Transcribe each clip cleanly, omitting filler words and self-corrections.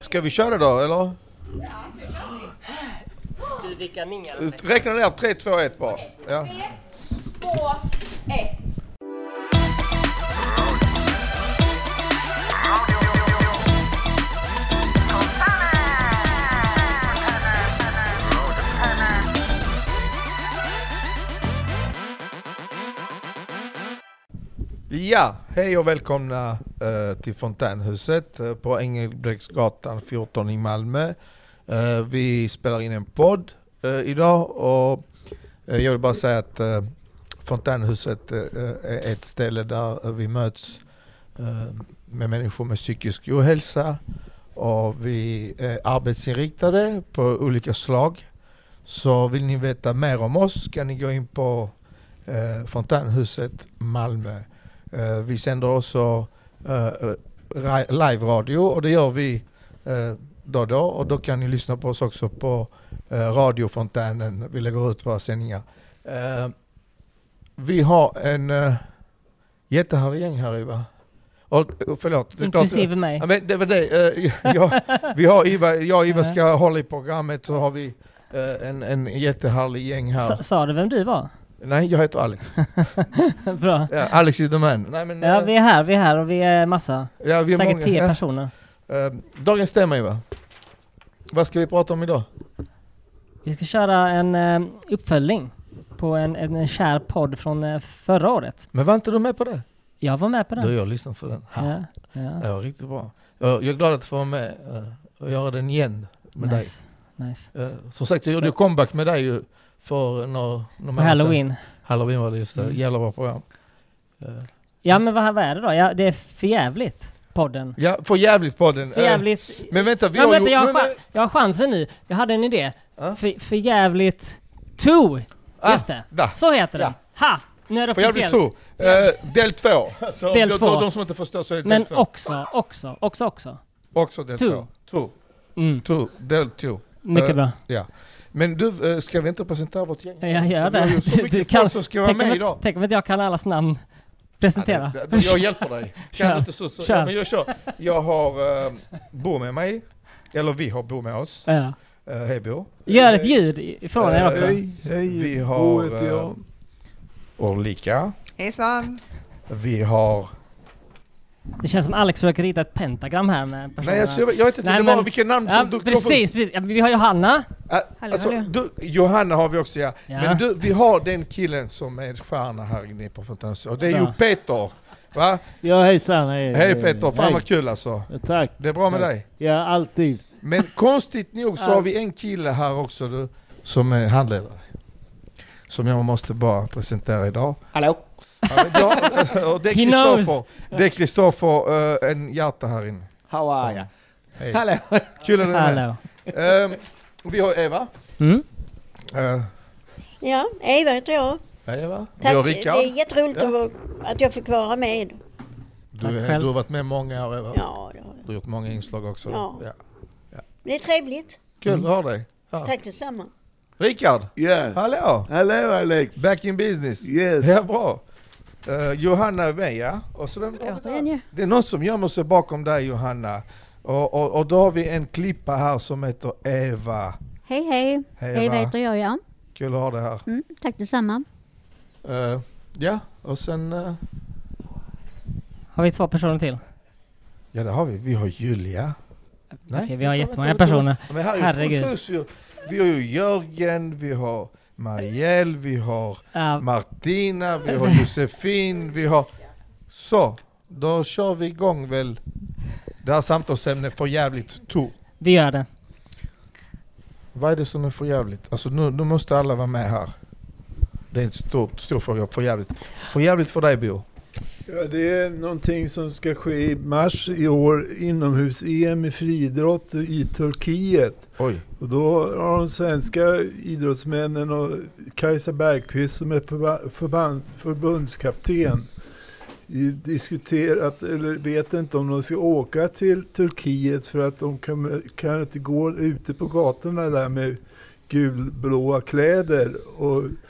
Ska vi köra då, eller? Ja, du vilka ningar. Räkna ner 3, 2, 1 bara. Okej. Ja. 3, 2, 1. Ja, hej och välkomna till Fontänhuset på Engelbrektsgatan 14 i Malmö. Vi spelar in en podd idag och jag vill bara säga att Fontänhuset är ett ställe där vi möts med människor med psykisk ohälsa och vi är arbetsinriktade på olika slag. Så vill ni veta mer om oss kan ni gå in på Fontänhuset Malmö. Vi sänder också live-radio och det gör vi då och då kan ni lyssna på oss också på radiofontänen. Vi lägger ut våra sändningar. Vi har en jättehärlig gäng här, Iva. Och förlåt. Inklusive mig. Ja, men det var det. Vi har Iva, jag och Iva ska hålla i programmet, så har vi en jättehärlig gäng här. Sa du vem du var? Nej, jag heter Alex. Bra. Ja, Alex is the man. Nej, men, ja, vi är här och vi är massa. Ja, vi är säkert många, 10 personer. Dagens tema, Iva. Vad ska vi prata om idag? Vi ska köra en uppföljning på en kär podd från förra året. Men var inte du med på det? Jag var med på den. Du har jag lyssnat för den. Ja. Det var riktigt bra. Jag är glad att få vara med och göra den igen med dig. Nice. Som sagt, jag gjorde comeback med dig ju för några Halloween. Halloween var det just det. Jävla bra program. Ja, men vad är det då? Ja, det är för jävligt podden. Ja, för jävligt podden. För jävligt. Men vänta, jag har chansen nu. Jag hade en idé. För jävligt 2. Just det. Så heter den. Ha! Nu är det officiellt. För jävligt 2. Del 2. Så del 2. De som inte förstår så är det men del 2. också. Också del 2. 2. Del 2. Mycket bra. Ja. Men du, ska vi inte presentera vårt gäng? Jag gör det. Vi har ju så mycket folk som ska vara med idag. Tänk om att jag kan allas namn presentera. Ja, jag hjälper dig. Kan inte så. Ja, men jag kör. Jag har Bo med mig. Eller vi har Bo med oss. Ja. Hej Bo. Gör ett ljud ifrån er också. Hej. Vi har Orlika. Hejsan. Vi har... Det känns som Alex försöker rita ett pentagram här med personerna. Nej, jag vet inte. Det var vilken namn som du... Precis. Ja, vi har Johanna. Johanna har vi också, ja. Men vi har den killen som är stjärna här inne på Fontänhuset. Och det är ju Peter. Va? Ja, hejsan. Hej Peter, fan vad kul alltså. Ja, tack. Det är bra med dig? Ja, alltid. Men konstigt nog så har vi en kille här också som är handledare. Som jag måste bara presentera idag. Hallå. Ja, och det är Kristoffer. Det är Kristoffer, en hjärta här inne. How are you? Hej. Hallå. Kul att du är med. Vi har Eva. Ja, Eva heter jag. Hej Eva. Tack. Vi har Rickard. Det är jätteroligt att jag fick vara med. Du har varit med många år, Eva. Ja, det har jag. Du har gjort många inslag också. Ja. Det är trevligt. Kul att ha dig. Ja. Tack detsamma. Rickard. Yeah. Hallå. Hello Alex. Back in business. Yes. Ja, bra. Johanna är med, ja. Och så det är någon som gömmer sig bakom dig, Johanna. Och då har vi en klippa här som heter Eva. Hej. Eva heter jag, ja. Kul att ha dig här. Tack detsamma. Ja, och sen... Har vi 2 personer till? Ja, det har vi. Vi har Julia. Nej, okej, vi har jättemånga personer. Men herregud. Vi har ju Jörgen, vi har Marielle, vi har Martina, vi har Josefin, vi har... Så, då kör vi igång väl det här samtalsämnet för jävligt 2. Vi gör det. Vad är det som är för jävligt? Alltså nu måste alla vara med här. Det är en stor fråga. För jävligt för dig, Bo. Ja, det är någonting som ska ske i mars i år, inomhus-EM i friidrott i Turkiet. Oj. Och då har de svenska idrottsmännen och Kajsa Bergqvist som är förbundskapten diskuterat, eller vet inte om de ska åka till Turkiet för att de kan inte gå ute på gatorna där med gulblåa kläder och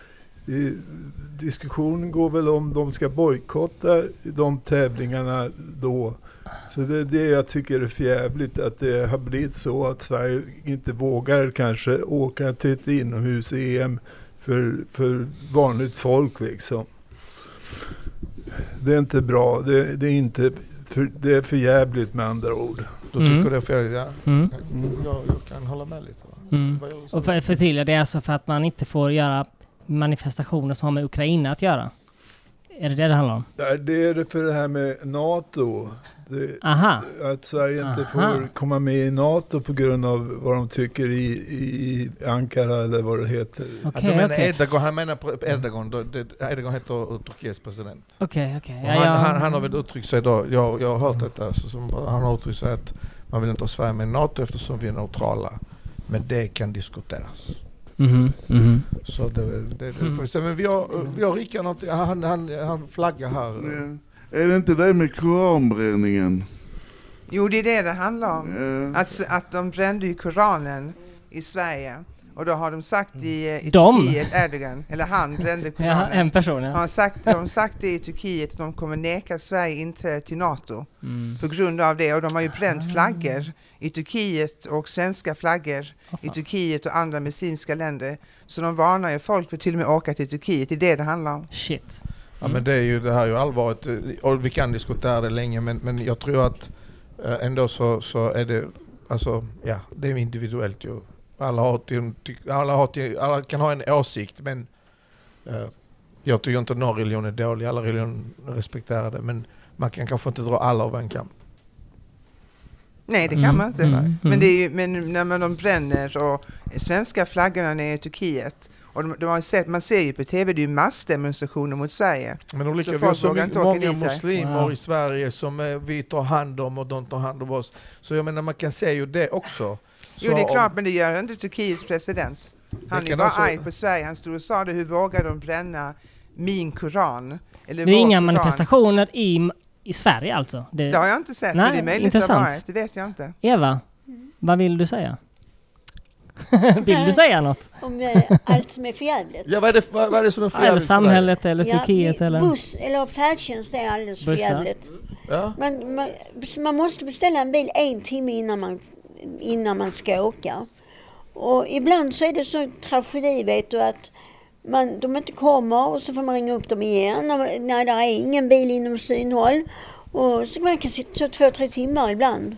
diskussionen går väl om de ska bojkotta de tävlingarna då. Så det är det jag tycker är förjävligt, att det har blivit så att Sverige inte vågar kanske åka till ett inomhus-EM för vanligt folk liksom. Det är inte bra. Det är inte det är förjävligt med andra ord. Du tycker det är fel, ja. Jag kan hålla med lite. Och för tydliga, det är alltså för att man inte får göra manifestationer som har med Ukraina att göra. Är det handlar om? Det är det för det här med NATO. Att Sverige inte får komma med i NATO på grund av vad de tycker i Ankara eller vad det heter. Erdogan, han menar på Erdogan. Erdogan heter Turkiets president. Okej. Han har väl uttryckt sig då, jag har hört detta, han har uttryckt sig att man vill inte ha Sverige med i NATO eftersom vi är neutrala. Men det kan diskuteras. Så det får vi se. Men vi har Rickard någonting, han flaggar här. Är det inte det med koranbränningen? Jo, det är det handlar om. Att de brände ju Koranen i Sverige. Och då har de sagt i Turkiet, Erdogan, eller han brände Koranen. Ja, en person, ja. De har sagt det i Turkiet att de kommer neka Sverige inträde till NATO. På grund av det. Och de har ju bränt flaggor i Turkiet och svenska flaggor i Turkiet och andra muslimska länder. Så de varnar ju folk för till och med åka till Turkiet. Det är det handlar om. Shit. Ja, men det här är ju allvarligt, och vi kan diskutera det länge, men jag tror att ändå så är det, alltså, ja, det är individuellt ju. Alla kan ha en åsikt, men jag tycker inte att någon religion är dålig, alla religioner respekterar det, men man kan kanske inte dra alla över en kam. Nej, det kan man inte. Men när de bränner och svenska flaggorna nere i Turkiet. Och de har sett, man ser ju på tv, det är ju massdemonstrationer mot Sverige. Men olika, vi har så många muslimer i Sverige som vi tar hand om och de tar hand om oss. Så jag menar, man kan se ju det också. Jo, det är klart, men det gör inte Turkiets president. Han är bara arg på Sverige. Han stod och sa det, hur vågar de bränna min Koran? Eller det är inga manifestationer i Sverige alltså? Det har jag inte sett, nej, men det är möjligt att vara. Det vet jag inte. Eva, vad vill du säga? Vill du säga något? Om allt som är förjävligt. Ja, vad är det som är förjävligt? Eller samhället eller Turkiet eller buss eller färdtjänst är alldeles förjävligt. Ja. Man måste beställa en bil 1 timme innan man ska åka. Och ibland så är det så tragedi, vet du, att de inte kommer och så får man ringa upp dem igen när det är ingen bil inom synhåll. Och så man kan sitta 2-3 timmar ibland.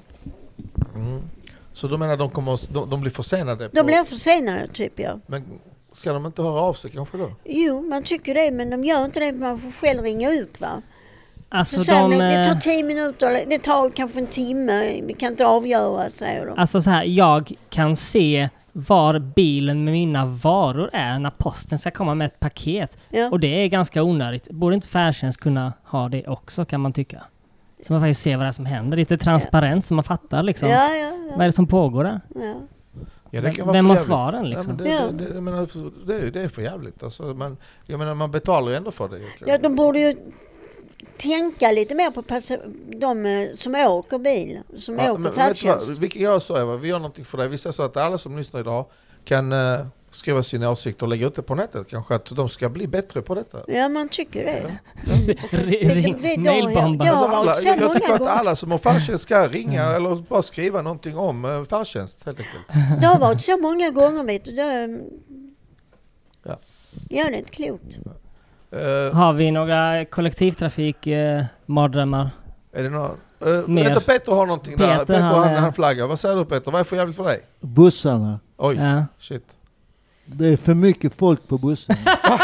Så du menar de blir försenade? De blir försenade, typ, ja. Men ska de inte höra av sig kanske då? Jo, man tycker det, men de gör inte det. Man får själv ringa ut, va? Alltså det tar 10 minuter, det tar kanske en timme. Vi kan inte avgöra, säger de. Alltså så här, jag kan se var bilen med mina varor är när posten ska komma med ett paket. Ja. Och det är ganska onödigt. Borde inte färdtjänst kunna ha det också, kan man tycka? Så man faktiskt ser vad det är som händer. Lite transparent, så man fattar liksom. Ja. Vad är det som pågår där? Ja, det kan vara vem har svaren liksom? Det är för jävligt. Alltså, jag menar, man betalar ju ändå för det. Ja, de borde ju tänka lite mer på de som åker bil, som åker färdtjänst. Jag sa, Eva, vi gör någonting för det. Vi sa så att alla som lyssnar idag kan skriva sina åsikter och lägga ut det på nätet. Kanske att de ska bli bättre på detta. Ja, man tycker det. Mailbomba. Jag tycker att alla som har färdtjänst ska ringa eller bara skriva någonting om färdtjänst, helt enkelt. Det har varit så många gånger, vet du. Ja, det är inte klokt. Har vi några kollektivtrafik-mardrömmar? Är det några? Peter har någonting där. Peter han flaggar. Vad säger du, Peter? Vad är för jävligt för dig? Bussarna. Oj, shit. Det är för mycket folk på bussen.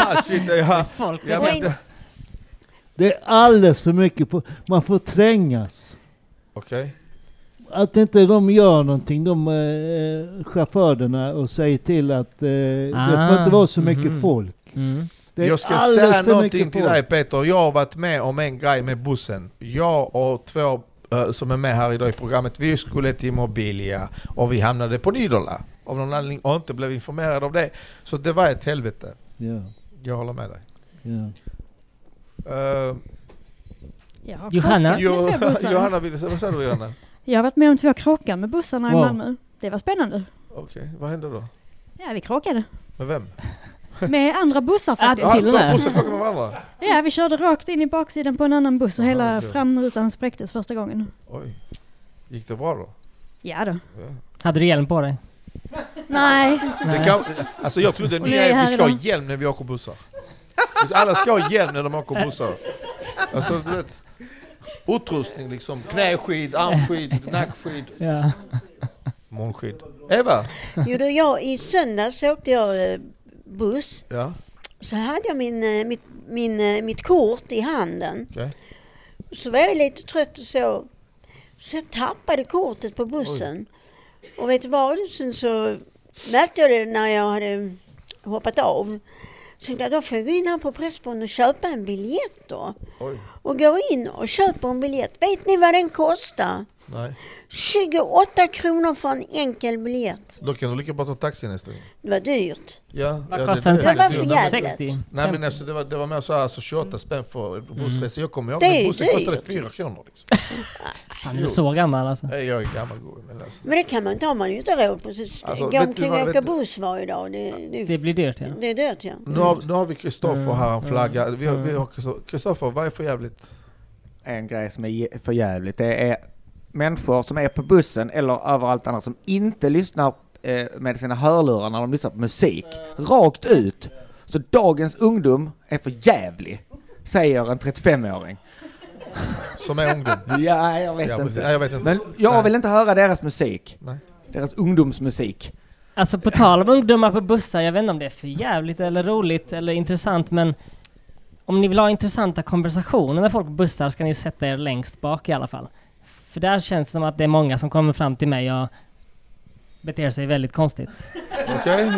Det är alldeles för mycket. Man får trängas. Okej. Att inte de gör någonting, chaufförerna, och säger till att det får inte vara så mycket folk. Jag ska säga någonting till dig, Peter. Jag har varit med om en grej med bussen. Jag och 2 som är med här idag i programmet, vi skulle till Mobilia och vi hamnade på Nydala av någon anledning och inte blev informerade av det. Så det var ett helvete. Ja. Jag håller med dig. Ja. Johanna, vad säger du, Johanna? Jag har varit med om 2 krockar med bussarna i Malmö. Det var spännande. Okej, vad hände då? Ja, vi krockade. Med vem? Med andra bussar faktiskt. Ja, 2 bussar krockade med varandra? Ja, vi körde rakt in i baksidan på en annan buss och hela framrutan spräcktes första gången. Oj. Gick det bra då? Ja då. Ja. Hade du hjälm på dig? Nej. Alltså jag trodde vi ska ha hjälm när vi åker bussar. Alla ska ha hjälm när de åker bussar. Alltså du vet, utrustning liksom, knäskydd, armskydd, nackskydd. Ja. Månskydd. Eva? Jo, i söndags åkte jag buss. Ja. Så hade jag mitt kort i handen. Okay. Så var jag lite trött och så jag tappade kortet på bussen. Oj. Och vet du vad? Sen så märkte jag det när jag hade hoppat av. Så tänkte jag, då får jag gå in här på Pressbyrån och köpa en biljett då. Oj. Och gå in och köpa en biljett. Vet ni vad den kostar? Nej. 28 kronor för en enkel biljett. Då kan du lika bra ta taxi nästa gång. Det var dyrt. Ja, vad kostar en taxi? Det var för jävligt. 60. Nej men alltså, det var mer så här, alltså 28 spänn för bussresa. Jag kommer ihåg att bussen kostade 4 kronor liksom. Fan, du är så gammal alltså. Jag är gammal. Men det kan man inte ha, man ju inte råd på sitt alltså, gå omkring och åka buss varje dag. Det blir dyrt, ja. Det är dyrt, ja. Nu har vi Kristoffer här, en flagga. Vi har Kristoffer, vad är för jävligt? En grej som är för jävligt, det är människor som är på bussen eller överallt annars som inte lyssnar med sina hörlurar när de lyssnar på musik. Rakt ut. Så dagens ungdom är för jävlig, säger en 35-åring. Som är ungdom? Ja, jag vet inte. Nej, jag vet inte. Men jag vill inte höra deras musik. Nej. Deras ungdomsmusik. Alltså på tal om ungdomar på bussar, jag vet inte om det är för jävligt eller roligt eller intressant, men om ni vill ha intressanta konversationer med folk på bussar ska ni sätta er längst bak i alla fall. För där känns det som att det är många som kommer fram till mig och beter sig väldigt konstigt. Okej.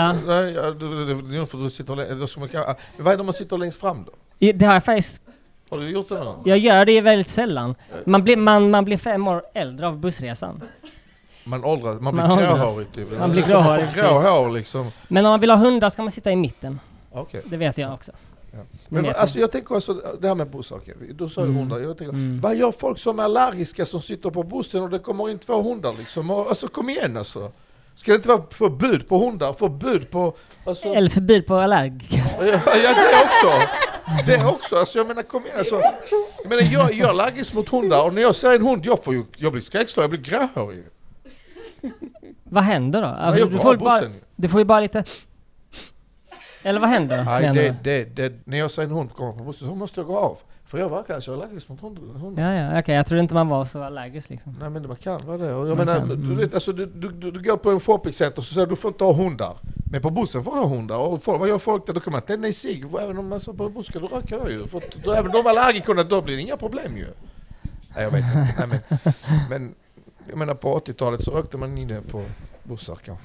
Vad är det om man sitter längst fram då? Det har jag faktiskt. Har du gjort det någon? Jag gör det väldigt sällan. Man blir 5 år äldre av bussresan. Man blir gråhårig typ. Man blir gråhårig, gråhår liksom. Men om man vill ha hundar ska man sitta i mitten. Okay. Det vet jag också. Ja. Men alltså, jag tänker också det här med bussar. Du sa ju hundar. Jag tänker, vad gör folk som är allergiska som sitter på bussen och det kommer in 2 hundar liksom? Och, alltså kom igen alltså. Ska det inte vara förbud på hundar? Förbud på... Alltså... Eller förbud på allergiker. Ja, det också. Det också. Alltså, jag menar, kom igen. Alltså, jag är allergisk mot hundar. Och när jag ser en hund, jag blir skräckslag. Jag blir gråhårig. Vad händer då? Alltså, du får ju bara lite... Eller vad händer? Nej, när jag ser en hund komma på bussen så måste jag gå av. För jag verkar så allergisk mot hundar. Ja, okej. Jag trodde inte man var så allergisk liksom. Nej, men det kan vara det. Och jag menar, du vet, alltså, du går på en shoppingcenter och så säger du får inte ha hundar. Men på bussen får du ha hundar. Och vad gör folk där? Då kan man tända i sig. Även om man så på bussen ska du röka då ju. För då, även de allergikerna, då blir det inga problem ju. Nej, jag vet inte. Nej, men jag menar på 80-talet så rökte man inne på bussar kanske.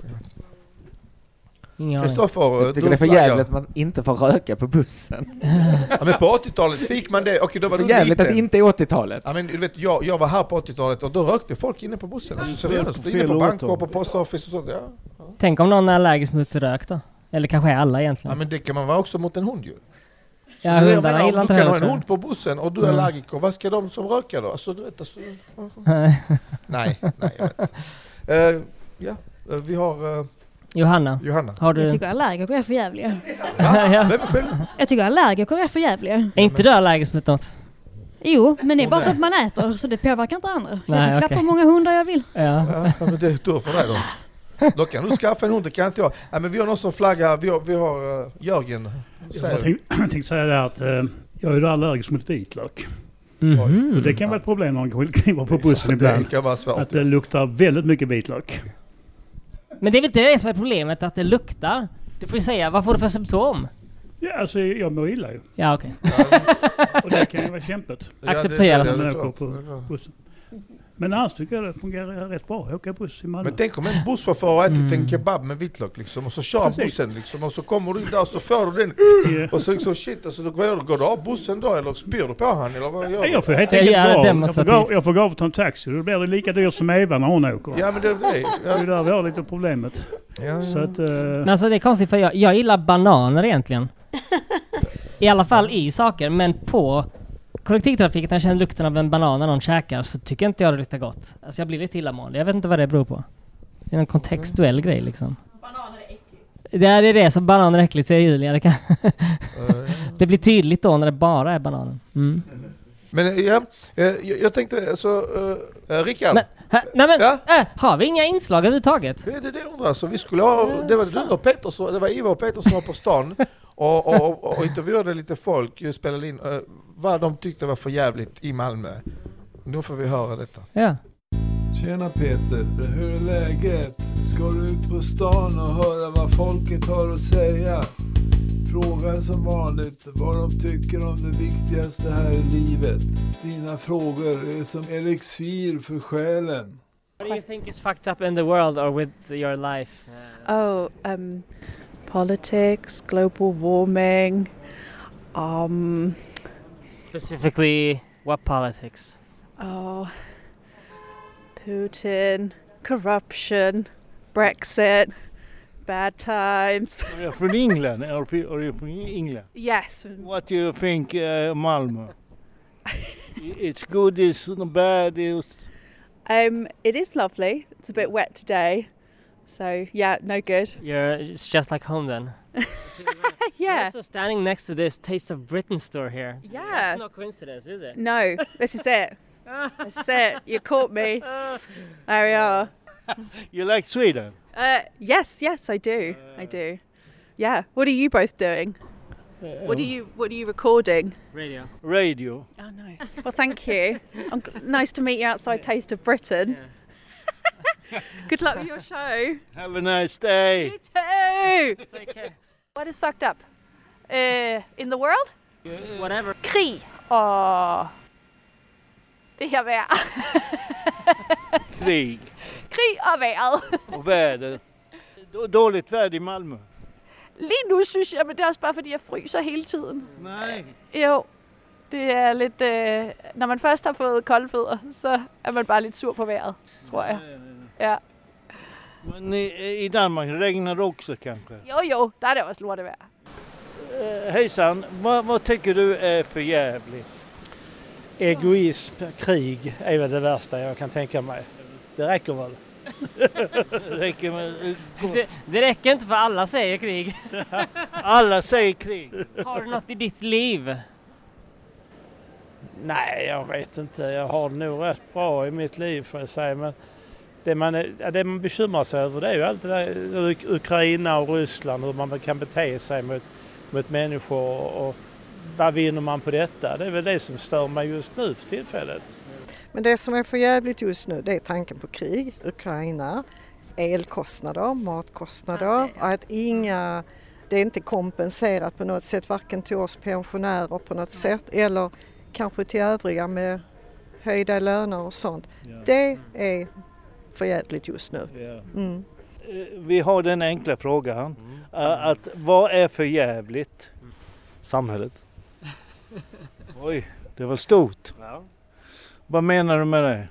Kristoffer, jag tycker det är för jävligt att man inte får röka på bussen. Ja, men på 80-talet fick man det. Okej, då var det jävligt att det inte är 80-talet. Ja, men du vet, jag var här på 80-talet och då rökte folk inne på bussen. Alltså, seriöst, inne på banker och på postoffice och sånt. Ja. Tänk om någon är allergisk mot rök då. Eller kanske är alla egentligen. Ja, men det kan man vara också mot en hund ju. Så ja, hundarna gillar inte du kan det, ha en hund på bussen och du är allergiker. Vad ska de som röker då? Alltså, du vet, alltså, nej, jag vet. Vi har... Johanna. Har du... Jag tycker allergiker är för jävliga. Ja. Vem är själv? Jag tycker allergiker är för jävliga. Är inte du allergisk mot något? Jo, men det är bara så att man äter så det påverkar inte andra. Jag kan klappa hur många hundar jag vill. Ja, men det är tur för dig då. Då kan du skaffa en hund, det kan inte jag. Ja, men vi har någon som flaggar, vi har Jörgen. Jag tänkte säga det att jag är allergisk mot vitlök. Och det kan vara ett problem när man kliver på bussen ibland. Det kan vara svårt. Att det luktar väldigt mycket vitlök. Men det är väl inte det som är problemet, att det luktar. Du får ju säga, vad får du för symptom? Ja, alltså jag mår illa ju. Ja, okej. Och det kan ju vara kämpigt. Acceptera det. På bussen. Men annars tycker jag det fungerar rätt bra. Jag åker buss i Malmö. Men tänk om en busschaufför har ätit en kebab med vitlök liksom, och så kör bussen liksom, och så kommer du in där och så får du den och så liksom shit, alltså, då går du av bussen då eller spyr du på han eller vad gör du? Jag får helt enkelt jag får gå av och ta en taxi. Då blir det lika dyrt som Eva när hon åker. Ja, men det är det. Det är där vi har lite problemet. Ja. Så att, men alltså det är konstigt för jag gillar bananer egentligen. I alla fall i saker, men på kollektivtrafiken när jag känner lukten av en banan när någon käkar så tycker inte jag det luktar gott. Alltså jag blir lite illamående. Jag vet inte vad det beror på. Det är en kontextuell grej liksom. Bananer är äckligt. Det är det som bananer är äckligt, säger Julia. Det blir tydligt då när det bara är bananen. Mm. Men jag tänkte så Rickard. Har vi inga inslag överhuvudtaget? Det undrar så vi skulle ha, det var du och Peter, så det var Ivar och Peter som var på stan och intervjuade lite folk, spelade in vad de tyckte var för jävligt i Malmö. Nu får vi höra detta. Ja. Tjena Peter, hur är läget? Ska du ut på stan och höra vad folket har att säga? Fråga som vanligt vad de tycker om det viktigaste här i livet. Dina frågor är som elixir för själen. What do you think is fucked up in the world or with your life? Politics, global warming. Specifically, what politics? Putin, corruption, Brexit, bad times. Are you from England? Are you from England? Yes. What do you think Malmö? It's good, it's bad, it is lovely. It's a bit wet today. So, yeah, no good. It's just like home then. Yeah. You're also standing next to this Taste of Britain store here. Yeah. It's no coincidence, is it? No, this is it. This is it. You caught me. There we are. You like Sweden? Yes, I do. I do. Yeah. What are you both doing? What are you recording? Radio. Oh no. Well, thank you. Nice to meet you outside Taste of Britain. Yeah. Good luck with your show. Have a nice day. You too. Take care. What is fucked up? In the world? Whatever. Krig. Det här vejr. Krig og vejret. Och väder. Dåligt väder i Malmö. Lige nu synes jeg, men det er også bare fordi jeg fryser hele tiden. Nej. Jo, det er lidt... når man først har fået kolde fødder, så er man bare lidt sur på vejret, tror jeg. Ja. Men i Danmark regnar det också kanske? Jo, där är det också lortevejr. Hejsan, vad tycker du är för jävligt? Egoism, krig är väl det värsta jag kan tänka mig. Det räcker väl. Det räcker inte för alla säger krig. Alla säger krig. Har du något i ditt liv? Nej, jag vet inte. Jag har det nog rätt bra i mitt liv för att säga. Men det man bekymrar sig över det är ju allt det där Ukraina och Ryssland. Hur man kan bete sig mot människor och vad vinner man på detta? Det är väl det som stör mig just nu för tillfället. Men det som är för jävligt just nu, det är tanken på krig, Ukraina, elkostnader, matkostnader, att det är inte kompenserat på något sätt, varken till oss pensionärer på något sätt eller kanske till övriga med höjda löner och sånt. Ja. Det är för jävligt just nu. Ja. Mm. Vi har den enkla frågan, att vad är för jävligt? Samhället. Oj, det var stort. Ja. Vad menar du med det?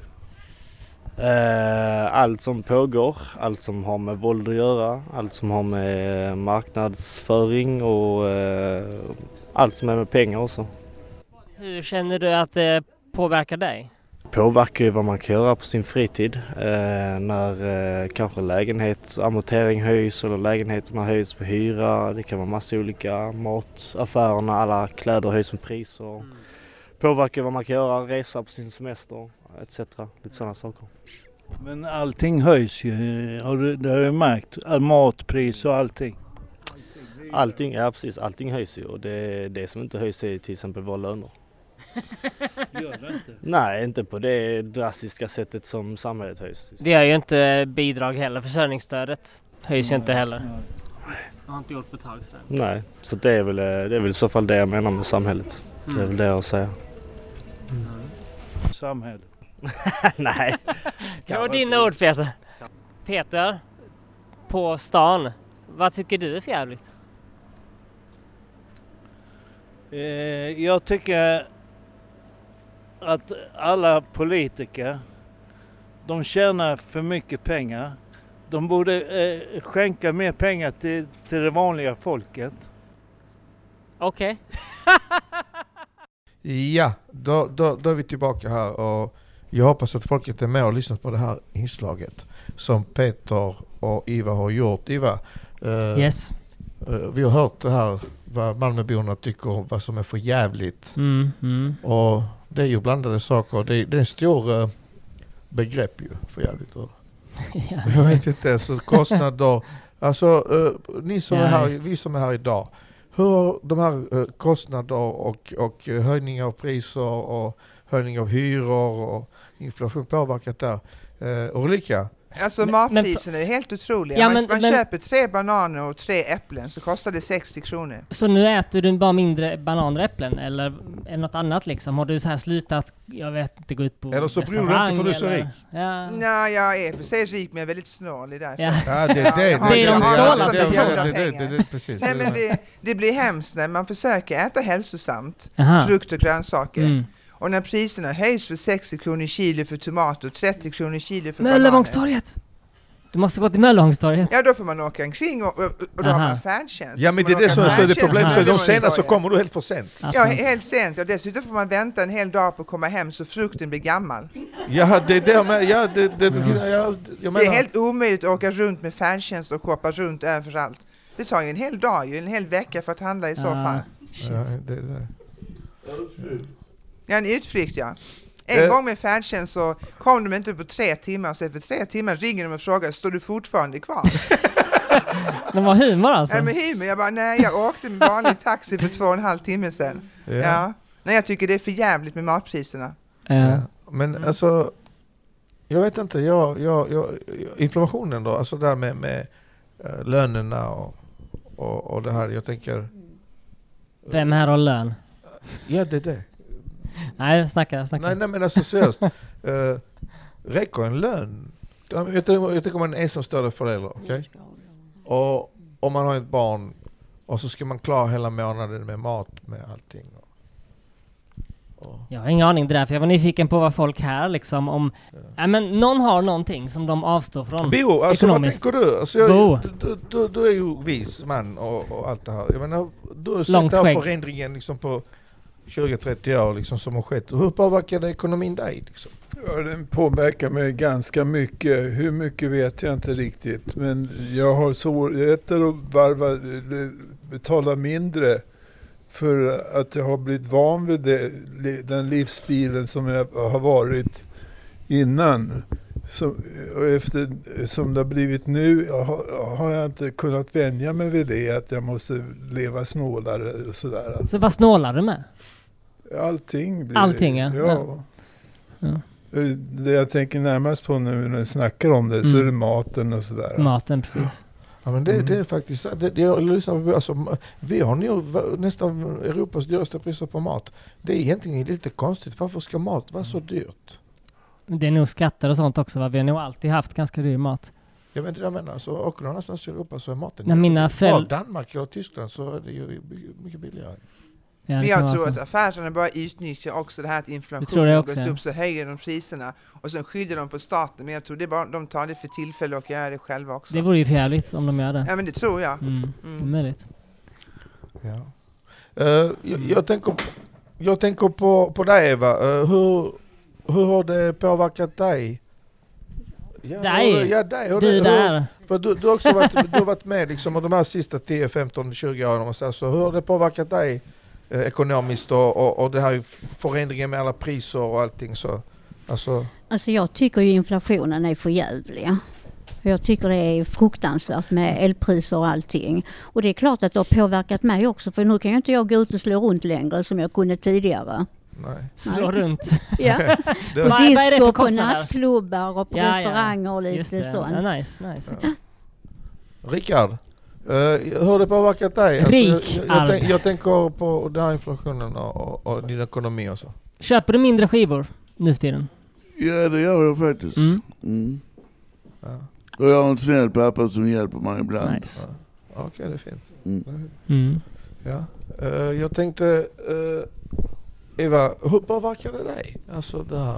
Allt som pågår, allt som har med våld att göra, allt som har med marknadsföring och allt som är med pengar också. Hur känner du att det påverkar dig? Påverkar ju vad man kan göra på sin fritid. När kanske lägenhetsamortering höjs eller lägenheterna höjs på hyra. Det kan vara massa olika mataffärerna, alla kläder höjs med priser. Påverkar vad man kan göra, resa på sin semester etc. Lite sådana saker. Men allting höjs ju, det har du märkt. Matpris och allting. Allting, ja precis, allting höjs ju och det som inte höjs är till exempel våra löner. Gör det inte? Nej, inte på det drastiska sättet som samhället höjs. Det är ju inte bidrag heller, försörjningsstödet höjs ju inte heller. Nej. Jag har inte gjort på ett tag sådär. Nej, så det är väl i så fall det jag menar med samhället. Det är väl det jag säger. Samhället. Nej. Det var dina ord, Peter. Peter, på stan, vad tycker du är för jävligt? Jag tycker att alla politiker, de tjänar för mycket pengar. De borde skänka mer pengar till det vanliga folket. Okej. Ja, då är vi tillbaka här och jag hoppas att folket är med och lyssnar på det här inslaget som Peter och Ivar har gjort. Ivar, Yes. Vi har hört det här, vad Malmöborna tycker, vad som är för jävligt. Och det är ju blandade saker. Det är en stor begrepp ju, för jävligt. Jag vet inte, så kostnader. Alltså, ni som är här, vi som är här idag. Hur de här kostnader och höjningar av priser och höjning av hyror och inflation påverkat där. Ulrika? Alltså matpriserna är helt otroliga. Man köper 3 bananer och 3 äpplen så kostar det 60 kronor. Så nu äter du bara mindre bananer och äpplen eller något annat liksom? Har du så här slutat, jag vet inte, gå ut på eller så bryr du inte för du är så rik? Ja. Nej, jag är för sig rik men jag är väldigt snålig därför. Ja, det är de snåla. Precis. Nej, men det blir hemskt när man försöker äta hälsosamt, frukt och grönsaker. Och när priserna höjs för 60 kronor kilo för tomater och 30 kronor kilo för bananer. Möllevångstorget! Du måste gå till Möllevångstorget. Ja, då får man åka omkring och då har man färdtjänst. Ja, men det är det som är det problem. Så de senare så kommer du helt för sent. Ja, helt sent. Och dessutom får man vänta en hel dag på att komma hem så frukten blir gammal. Ja, det är det med. Ja, jag menar. Det är helt omöjligt att åka runt med färdtjänst och shoppa runt överallt. Det tar ju en hel dag, en hel vecka för att handla i så fall. Ja, det är det. Ja, en utflykt, ja. En gång med färdtjänst så kom de inte på 3 timmar, så efter 3 timmar ringer de och frågar, står du fortfarande kvar? De var humor alltså? Ja, med humor. Jag bara, nej, jag åkte med vanlig taxi för 2,5 timmar sedan. Ja. Nej, jag tycker det är för jävligt med matpriserna. Men alltså, jag vet inte, inflationen då, alltså där med lönerna och det här, jag tänker... Vem här har lön? Ja, det är det. Nej, snacka. Nej, men alltså seriöst. Räcker en lön? Jag tänker om man är ensamstående förälder, okej? Och om man har ett barn och så ska man klara hela månaden med mat, med allting. Jag har ingen aning där, för jag var nyfiken på vad folk här liksom om... men någon har någonting som de avstår från. Bo, alltså ekonomiskt. Vad tänker du? Alltså, du är ju vis man och allt det här. Jag menar, du har sett här förändringen liksom på 20-30 år liksom, som har skett. Hur påverkar det ekonomin dig? Liksom? Ja, den påverkar mig ganska mycket. Hur mycket vet jag inte riktigt. Men jag har svårigheter att betala mindre för att jag har blivit van vid den livsstilen som jag har varit innan. Som det har blivit nu har jag inte kunnat vänja mig vid det, att jag måste leva snålare och sådär. Så vad snålar du med? Allting. Allting, ja. Det jag tänker närmast på nu när jag snackar om det så är det maten och sådär. Maten, precis. Ja, men det är faktiskt... vi har nu nästan Europas dyraste priser på mat. Det är egentligen lite konstigt. Varför ska mat vara så dyrt? Det är nog skatter och sånt också. Vi har nog alltid haft ganska dyr mat. Jag menar, alltså, åker du någonstans i Europa så är maten... När Danmark eller Tyskland så är det ju mycket billigare. Ja, men jag tror att affärerna bara utnyttjar också det här att inflationen har gått upp, så höjer de priserna och sen skyddar de på staten. Men jag tror det bara, de tar det för tillfälle och gör det själva också. Det vore ju förjävligt om de gör det. Ja, men det tror jag. Det är möjligt. Ja. Jag tänker på dig, Eva. Hur har det påverkat dig? Dig? Du där. För du också har varit med liksom, och de här sista 10, 15, 20 åren. Så hur har det påverkat dig ekonomiskt och det här förändringen med alla priser och allting? Så, alltså jag tycker ju inflationen är för jävlig. Jag tycker det är fruktansvärt med elpriser och allting. Och det är klart att det har påverkat mig också, för nu kan ju inte jag gå ut och slå runt längre som jag kunde tidigare. Nej. Slå runt. Ja. På disco, på nattklubbar och på restauranger och lite sånt. Ja, nice. Ja. Rickard, hur har det påverkat dig? Alltså, jag tänker på den här inflationen och din ekonomi och så. Köper du mindre skivor nu för tiden? Ja, det gör jag faktiskt. Ja. Och jag har en snäll pappa som hjälper mig ibland. Nice. Ja. Okej, det är fint. Ja. Jag tänkte... Eva, hur påverkar det dig? Alltså det här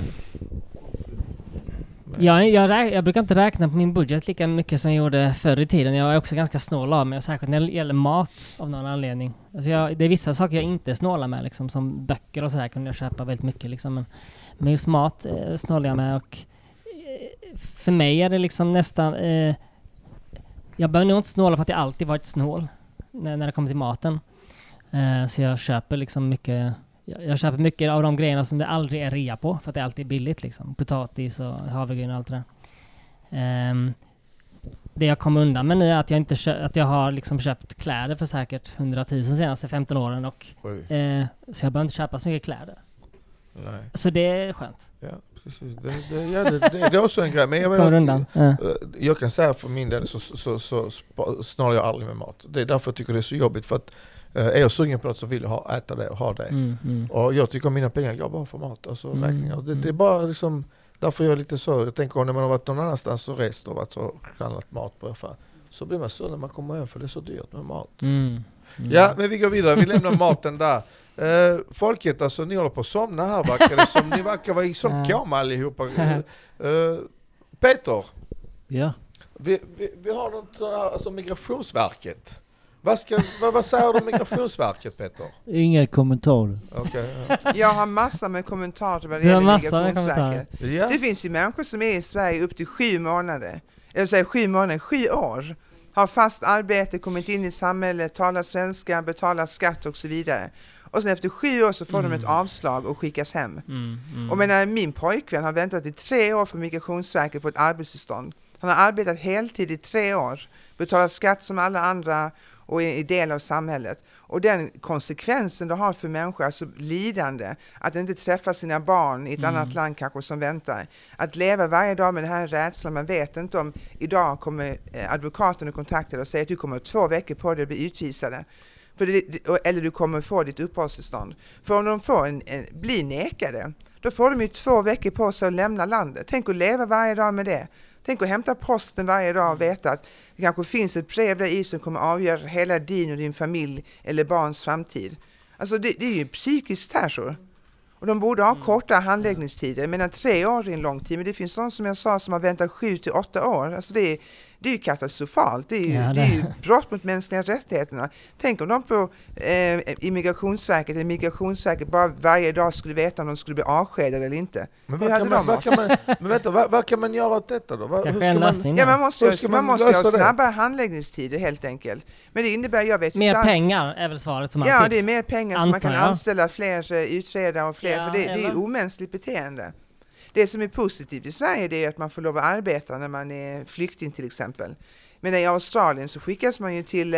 med... Jag brukar inte räkna på min budget lika mycket som jag gjorde förr i tiden. Jag är också ganska snål av mig, särskilt när det gäller mat av någon anledning. Alltså det är vissa saker jag inte snålar med, liksom, som böcker och sådär kan jag köpa väldigt mycket. Liksom. Men just mat snålar jag med, och för mig är det liksom nästan... Jag behöver nog inte snåla för att jag alltid varit snål när det kommer till maten. Så jag köper liksom mycket. Jag köper mycket av de grejerna som det aldrig är rea på, för att det alltid är billigt liksom. Potatis och havregryn och allt det där. Det jag kommer undan med nu är att jag har liksom köpt kläder för säkert 100 000 senaste 15 åren och så jag behöver inte köpa så mycket kläder. Nej. Så det är skönt. Ja, precis. Det är också en grej. Men jag kan säga för min del så snarare jag aldrig med mat. Det är därför jag tycker det är så jobbigt, för att är jag sugen på något så vill jag äta det och ha det. Och jag tycker mina pengar går bara för mat. Alltså räkningar. Det är bara liksom, därför jag är lite så. Jag tänker när man har varit någon annanstans och rest och varit så handlat mat på affär, så blir man så när man kommer hem, för det är så dyrt med mat. Ja, men vi går vidare. Vi lämnar maten där. Folket, alltså ni håller på att somna här, verkar det som. Ni verkar vara i sån koma allihopa. Peter. Ja. Vi har något, alltså Migrationsverket. Vad säger du om Migrationsverket, Peter? Inga kommentarer. Okay, Jag har massor med kommentarer vad det gäller Migrationsverket. Ja. Det finns ju människor som är i Sverige upp till 7 månader. Jag säger 7 år. Har fast arbete, kommit in i samhället, talar svenska, betalar skatt och så vidare. Och sen efter 7 år så får de ett avslag och skickas hem. Och min pojkvän har väntat i 3 år för Migrationsverket på ett arbetstillstånd. Han har arbetat heltid i 3 år, betalat skatt som alla andra och är en del av samhället. Och den konsekvensen det har för människor, alltså lidande, att inte träffa sina barn i ett annat land kanske som väntar. Att leva varje dag med den här rädslan, man vet inte om idag kommer advokaten och kontaktar och säger att du kommer 2 veckor på dig att bli utvisade. Eller du kommer få ditt uppehållstillstånd. För om de blir nekade, då får de ju 2 veckor på sig att lämna landet. Tänk att leva varje dag med det. Tänk att hämta posten varje dag och veta att det kanske finns ett brev där i som kommer avgöra hela din och din familj eller barns framtid. Alltså det är ju psykiskt terror. Och de borde ha korta handläggningstider. Men 3 år är en lång tid. Men det finns de som jag sa som har väntat 7 till 8 år. Alltså det är ju katastrofalt. Det är ju brott mot mänskliga rättigheterna. Tänk om de på Migrationsverket bara varje dag skulle veta om de skulle bli avskedade eller inte. Men vad kan man göra åt detta då? Man måste ha snabbare handläggningstider helt enkelt. Men det innebär, mer pengar är väl svaret som alltid. Ja, det är mer pengar så man kan anställa fler utredare och fler. För det är omänskligt beteende. Det som är positivt i Sverige det är att man får lov att arbeta när man är flykting till exempel. Men i Australien så skickas man ju till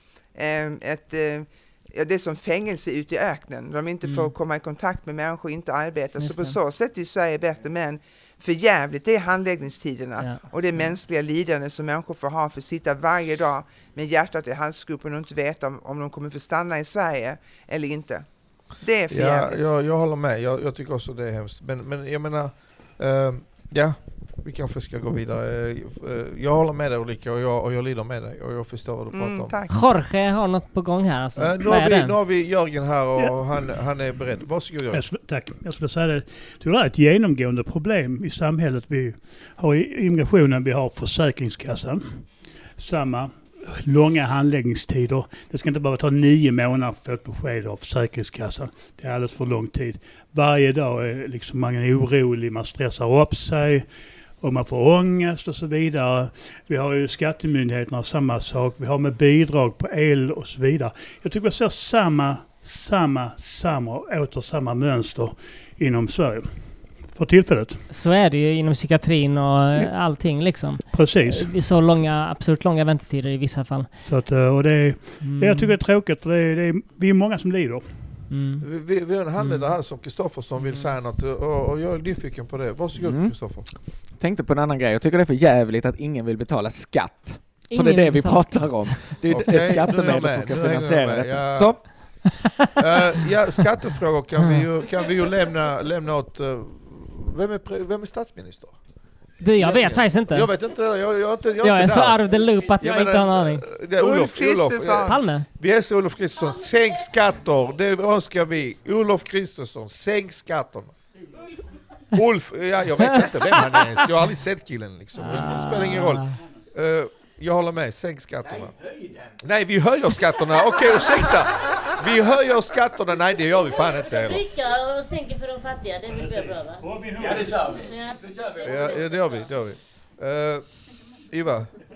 det är som fängelse ute i öknen. De inte får komma i kontakt med människor och inte arbeta. Så på så sätt är Sverige bättre, men för jävligt det är handläggningstiderna och det mänskliga lidande som människor får ha för att sitta varje dag med hjärtat i halsgropen och inte veta om de kommer få stanna i Sverige eller inte. Det är för jävligt. Jag håller med. Jag tycker också det är hemskt. Men jag menar, vi kanske ska gå vidare. Jag håller med dig Ulrika och jag lider med dig och jag förstår vad du pratar om. Tack. Jorge har något på gång här. Alltså. Nu har vi Jörgen här och han är beredd. Varsågod Jörgen. Tack. Jag skulle säga det. Det är ett genomgående problem i samhället. Vi har i immigrationen, vi har Försäkringskassan. Samma långa handläggningstider. Det ska inte bara ta 9 månader för att få ett besked av Försäkringskassan. Det är alldeles för lång tid. Varje dag är liksom man är orolig, man stressar upp sig och man får ångest och så vidare. Vi har ju skattemyndigheterna samma sak. Vi har med bidrag på el och så vidare. Jag tycker jag ser samma mönster inom Sverige. För tillfället. Så är det ju inom psykiatrin och allting liksom. Precis. Vi så absurt långa väntetider i vissa fall. Så att, och det jag tycker det är tråkigt för vi är många som lider. Vi har en handledare här som Kristoffer som vill säga något och jag är nyfiken på det. Varsågod Kristoffer. Tänkte på en annan grej. Jag tycker det är för jävligt att ingen vill betala skatt. För det är det vi pratar om. Det är skattemedel som ska finansiera det. Så. Skattefrågor kan vi ju lämna åt. Vem är statsminister? Jag vet faktiskt inte. Jag vet inte det. Jag är så out of the loop att jag inte har en aning. Olof Kristersson. Palme. Vi är Olof Kristersson. Sänk skatter. Det önskar vi. Olof Kristersson. Sänk skatterna. Ulf. Jag vet inte vem han är ens. Jag har aldrig sett killen liksom. Det spelar ingen roll. Jag håller med. Sänk skatterna. Nej, vi höjer skatterna. Okej, ursäkta. Vi höjer skatterna. Nej, det gör vi fan inte heller. Rycka och sänka för de fattiga. Det vill vi bra, va? Ja, det gör vi. Ja, det gör vi. Iva.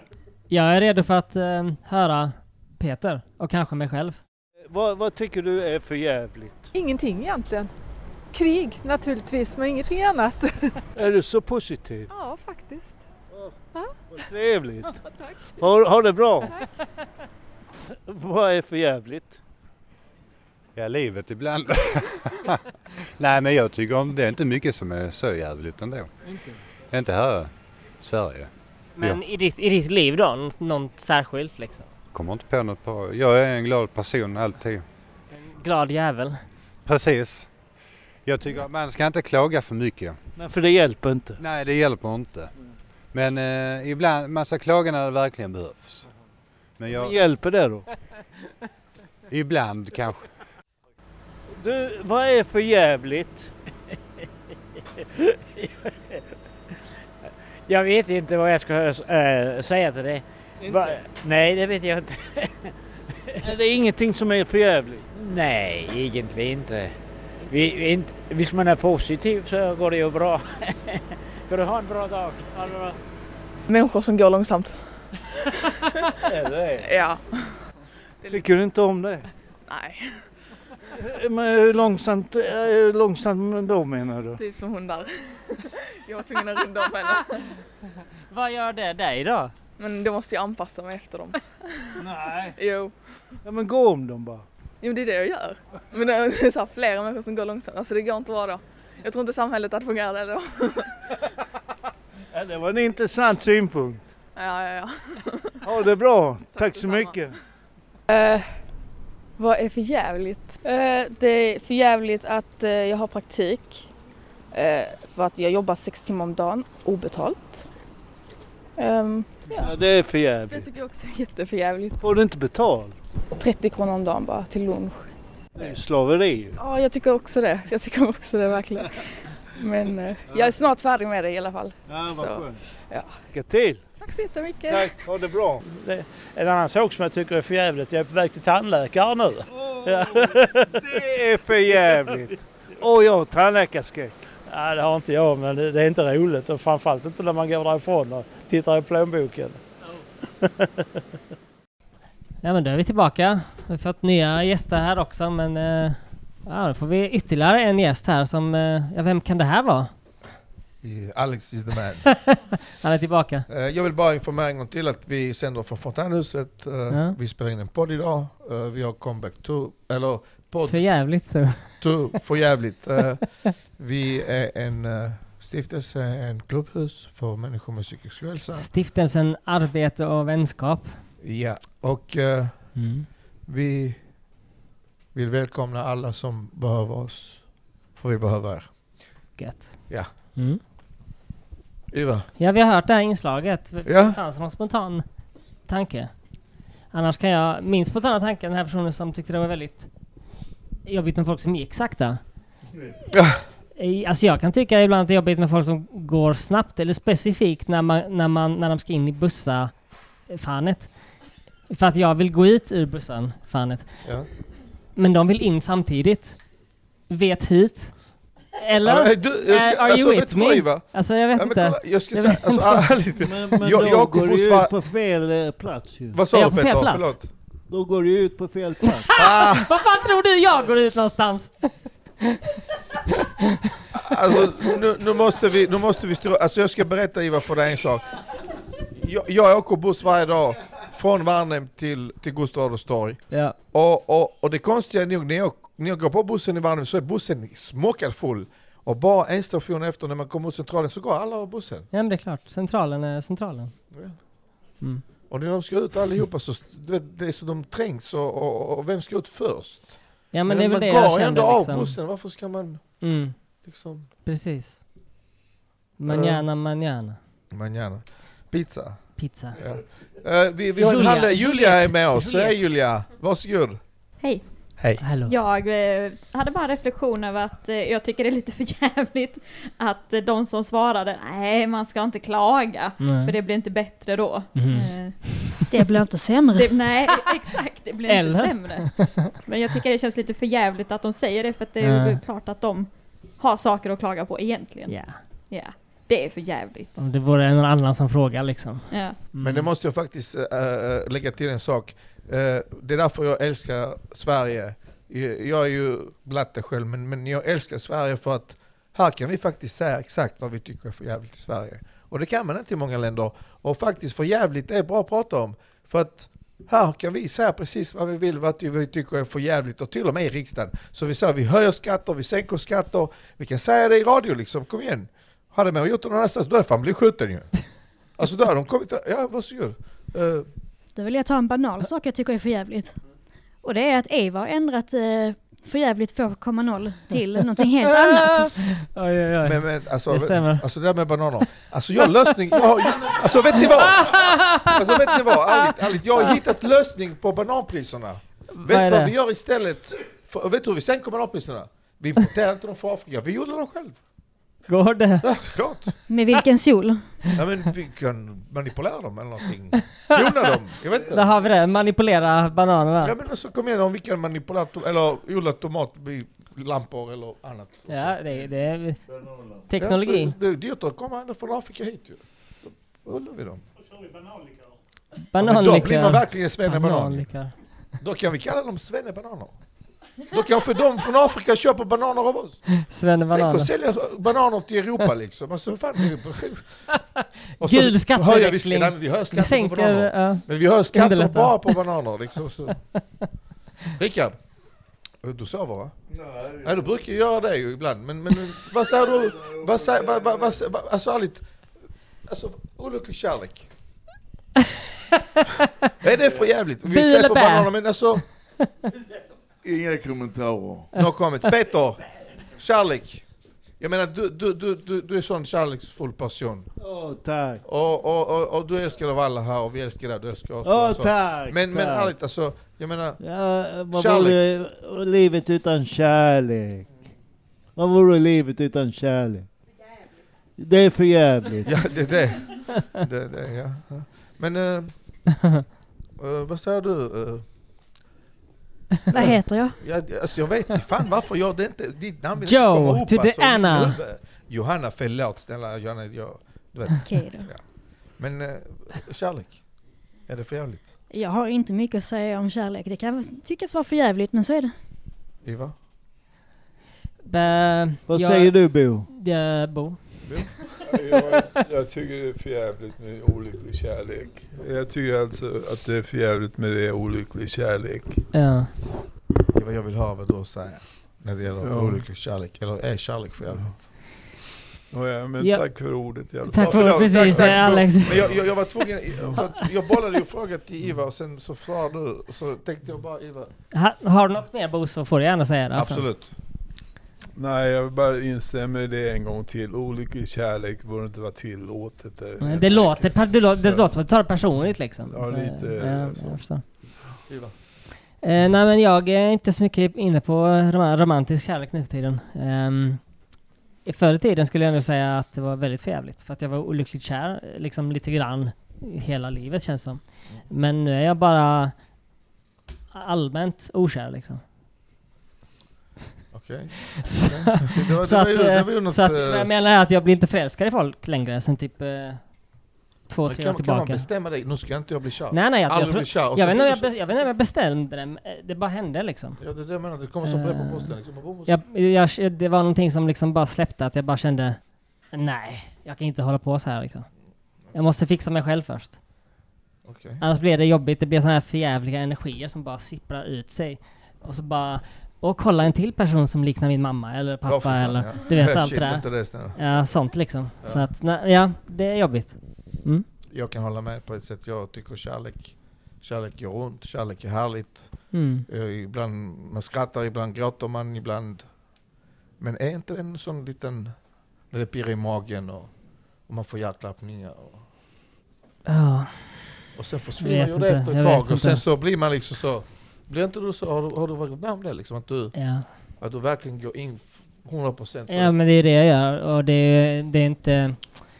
Jag är redo för att höra Peter och kanske mig själv. Vad tycker du är för jävligt? Ingenting egentligen. Krig naturligtvis, men ingenting annat. Är du så positiv? Ja, faktiskt. Vad trevligt. Tack. Ha det bra. Vad är för jävligt? Ja, livet ibland. Nej, men jag tycker om det är inte mycket som är så jävligt ändå. Inte här i Sverige. Men i ditt liv då? Något särskilt liksom? Kommer inte på något på. Jag är en glad person alltid. En glad jävel. Precis. Jag tycker att man ska inte klaga för mycket. Nej, för det hjälper inte. Nej, det hjälper inte. Men ibland, man ska klaga när det verkligen behövs. Men hjälper det då? Ibland kanske. Du, vad är för jävligt? Jag vet inte vad jag ska säga till det. Nej, det vet jag inte. Är det ingenting som är för jävligt? Nej, egentligen inte. Hvis man är positiv så går det ju bra. Ska du ha en bra dag? Människor som går långsamt. Är det? Ja. Tycker du inte om det? Nej. Men hur långsamt då menar du? Typ som hundar. Jag var tvungen att runda om henne. Vad gör det dig då? Men då måste jag anpassa mig efter dem. Nej. Jo. Ja, men gå om dem bara. Jo, det är det jag gör. Men det är så här flera människor som går långsamt. Alltså det går inte bra då. Jag tror inte samhället hade fungerat eller då. Ja, det var en intressant synpunkt. Ja. Ha det bra. Tack så mycket. Vad är för jävligt? Det är för jävligt att jag har praktik. För att jag jobbar 6 timmar om dagen obetalt. Ja, det är för jävligt. Det tycker jag också är jätteförjävligt. Får du inte betalt? 30 kronor om dagen bara till lunch. Det är slaveri. Ja, jag tycker också det. Verkligen. Men jag är snart färdig med det i alla fall. Ja, vad skönt. Ja. Lycka till. Tack så jättemycket. Tack, ha det bra. En annan sak som jag tycker är för jävligt. Jag är på väg till tandläkare nu. Det är för jävligt. Jag har tandläkarskräck. Nej, det har inte jag, men det är inte roligt. Och framförallt inte när man går därifrån och tittar i plånboken. Ja, men då är vi tillbaka. Vi har fått nya gäster här också, men då får vi ytterligare en gäst här som, vem kan det här vara? Alex is the man. Han är tillbaka. Jag vill bara informera en gång till att vi sänder från Fontänhuset. Vi spelar in en podd idag. Vi har comeback to, eller podd. För jävligt så. För jävligt. Vi är en stiftelse, en klubbhus för människor med psykisk hälsa. Stiftelsen Arbete och Vänskap. Ja, och vi vill välkomna alla som behöver oss. För vi behöver er. Gött. Ja. Mm. Iva? Ja, vi har hört det här inslaget. Ja. Fanns det någon spontan tanke? Annars kan jag, min spontana tanke, den här personen som tyckte det var väldigt jobbigt med folk som gick sakta. Ja. Alltså jag kan tycka ibland att det är jobbigt med folk som går snabbt, eller specifikt när de ska in i bussa-fanet. För att jag vill gå ut ur bussen-fanet. Ja. Men de vill in samtidigt. Vet hit. Eller? Are you with me? Alltså jag vet inte. Jag ska säga, alltså men då går du ut på fel plats ju. Vad sa du Peter? Förlåt. Då går du ut på fel plats. Vad fan tror du jag går ut någonstans? Alltså nu måste vi styra. Alltså jag ska berätta Iva för dig en sak. Jag åker buss varje dag från Varnhem till Gustav Adolfs torg. Ja. Och det konstiga är nog när jag går på bussen i Varnhem så är bussen smockad full. Och bara en station efter när man kommer mot centralen så går alla av bussen. Ja, men det är klart. Centralen är centralen. Ja. Mm. Och när de ska ut allihopa så det är så de trängs och vem ska ut först? Ja, men det är väl det jag kände. Man går ändå av bussen, varför ska man liksom... Precis. Manana. Pizza. Ja. Vi har en handlare, Julia är med oss. Hej Julia, varsågod. Hej. Hej. Hallå. Jag hade bara reflektion över att jag tycker det är lite för jävligt att de som svarade, nej man ska inte klaga, för det blir inte bättre då. Det blir inte sämre. Nej, exakt, det blir inte sämre. Men jag tycker det känns lite för jävligt att de säger det, för att det är ju klart att de har saker att klaga på egentligen. Ja. Ja. Det är för jävligt. Om det vore någon annan som frågar liksom. Ja. Mm. Men det måste jag faktiskt lägga till en sak. Det är därför jag älskar Sverige. Jag är ju blatte själv, men jag älskar Sverige för att här kan vi faktiskt säga exakt vad vi tycker är för jävligt i Sverige. Och det kan man inte i många länder. Och faktiskt för jävligt är bra att prata om. För att här kan vi säga precis vad vi vill, vad vi tycker är för jävligt, och till och med i riksdagen. Så vi säger vi höjer skatter, vi sänker skatter. Vi kan säga det i radio liksom, kom igen. Hade man gjort det någon annanstans, då hade fan blivit skjuten ju. Alltså då har de kommit, ja varsågod. Då vill jag ta en banal sak jag tycker är för jävligt. Och det är att Eva har ändrat för jävligt 2,0 till någonting helt annat. Oj. Men alltså, det stämmer. Alltså det där med bananer. Alltså jag har lösning. Alltså vet ni vad? Ärligt, jag har hittat lösning på bananpriserna. Vet du vad vi gör istället? Vet du hur vi sänker bananpriserna? Vi importerar inte dem från Afrika. Vi gjorde dem själv. Går det? Ja, klart. Med vilken sol? Ja, men vi kan manipulera dem eller någonting. Klona dem. Jag vet inte. Där har vi det. Manipulera bananerna. Ja, men alltså kom igen, om vi kan manipulera eller odla tomat i lampor eller annat. Ja, det är teknologi. Ja, det är dyrt att komma ända från Afrika hit ju. Då odlar vi dem. Då kör vi bananlikör. Bananlikör. Då blir man verkligen svennebanan. Då kan vi kalla dem svennebananer. Då kanske de från Afrika köper bananer av oss. Svennebananer. Tänk att sälja bananer till Europa liksom. Alltså, fan, Gud, skatteväxling. Vi höjer skatter på bananer. Men vi höjer skatter bara på bananer liksom. Så. Rickard, du sover va? Nej, du brukar göra det ju ibland. Men vad säger du? Alltså ärligt. Alltså, olycklig kärlek. Är det för jävligt? Vi släpper på bananer, men alltså... Inga kommentarer. Nå kommit. Peter, kärlek. Jag menar, du är sån kärleksfull person. Tack. Och du älskar av alla här och vi älskar dig, du älskar oss. Tack. Men ärligt, alltså, jag menar, vad vore livet utan kärlek? Vad vore livet utan kärlek? Det är för jävligt. Ja, det ja. Men, vad säger du? Vad heter jag? Jag vet inte fan varför jag det inte ditt namn Joe komma upp, to the Anna. Johanna, förlåt snälla Johanna, du vet. Okej då. Ja. Men kärlek, är det för jävligt? Jag har inte mycket att säga om kärlek. Det kan tyckas vara för jävligt, men så är det. Iva? Vad säger du, Bo? Bo? Jag tycker det är för jävligt med olycklig kärlek. Jag tycker alltså att det är för jävligt med det olycklig kärlek. Ja. Det är vad jag vill höra vad du säger när det gäller olycklig kärlek. Eller är kärlek för jävligt? Ja, men tack för ordet. Tack för ordet, precis. Tack, Alex. Men jag var tvungen, jag bollade ju frågan till Iva och sen så svarade du, så tänkte jag bara Iva. Har du något mer, Bo, så får du gärna säga det. Alltså. Absolut. Nej, jag vill bara instämma i det en gång till. Olycklig kärlek borde inte vara tillåtet. Det låter som att du tar det personligt liksom. Ja, så, lite jag förstår. Nej, men jag är inte så mycket inne på romantisk kärlek nu för tiden. Förr i tiden skulle jag nog säga att det var väldigt förjävligt. För att jag var olyckligt kär liksom lite grann hela livet känns som. Men nu är jag bara allmänt okär liksom. Okej. Så att jag menar att jag blir inte förälskad i folk längre sen typ 2-3 år tillbaka. Kan man bestämma dig? Nu ska inte jag bli kär. Nej, jag vet inte om jag bestämde det. Det bara hände liksom. Ja, det är det jag menar. Det kommer som brev på posten. Liksom. Det var någonting som liksom bara släppte. Att jag bara kände, nej, jag kan inte hålla på så här liksom. Jag måste fixa mig själv först. Okay. Annars blir det jobbigt. Det blir såna här förjävliga energier som bara sipprar ut sig. Och så bara... Och kolla en till person som liknar min mamma eller pappa eller du vet allt det där. Ja, sånt liksom. Ja. Så att det är jobbigt. Mm. Jag kan hålla med på ett sätt. Jag tycker kärlek gör ont, kärlek är härligt. Ibland man skrattar, ibland gråter man, ibland. Men är inte det en sån liten när det pirrar i magen och man får hjärtklappningar och sen försvinner ju det efter ett tag och sen så blir man liksom så. Blir inte du så, har du varit med om det liksom, att du verkligen går in 100%? Ja, men det är det jag gör och det är inte...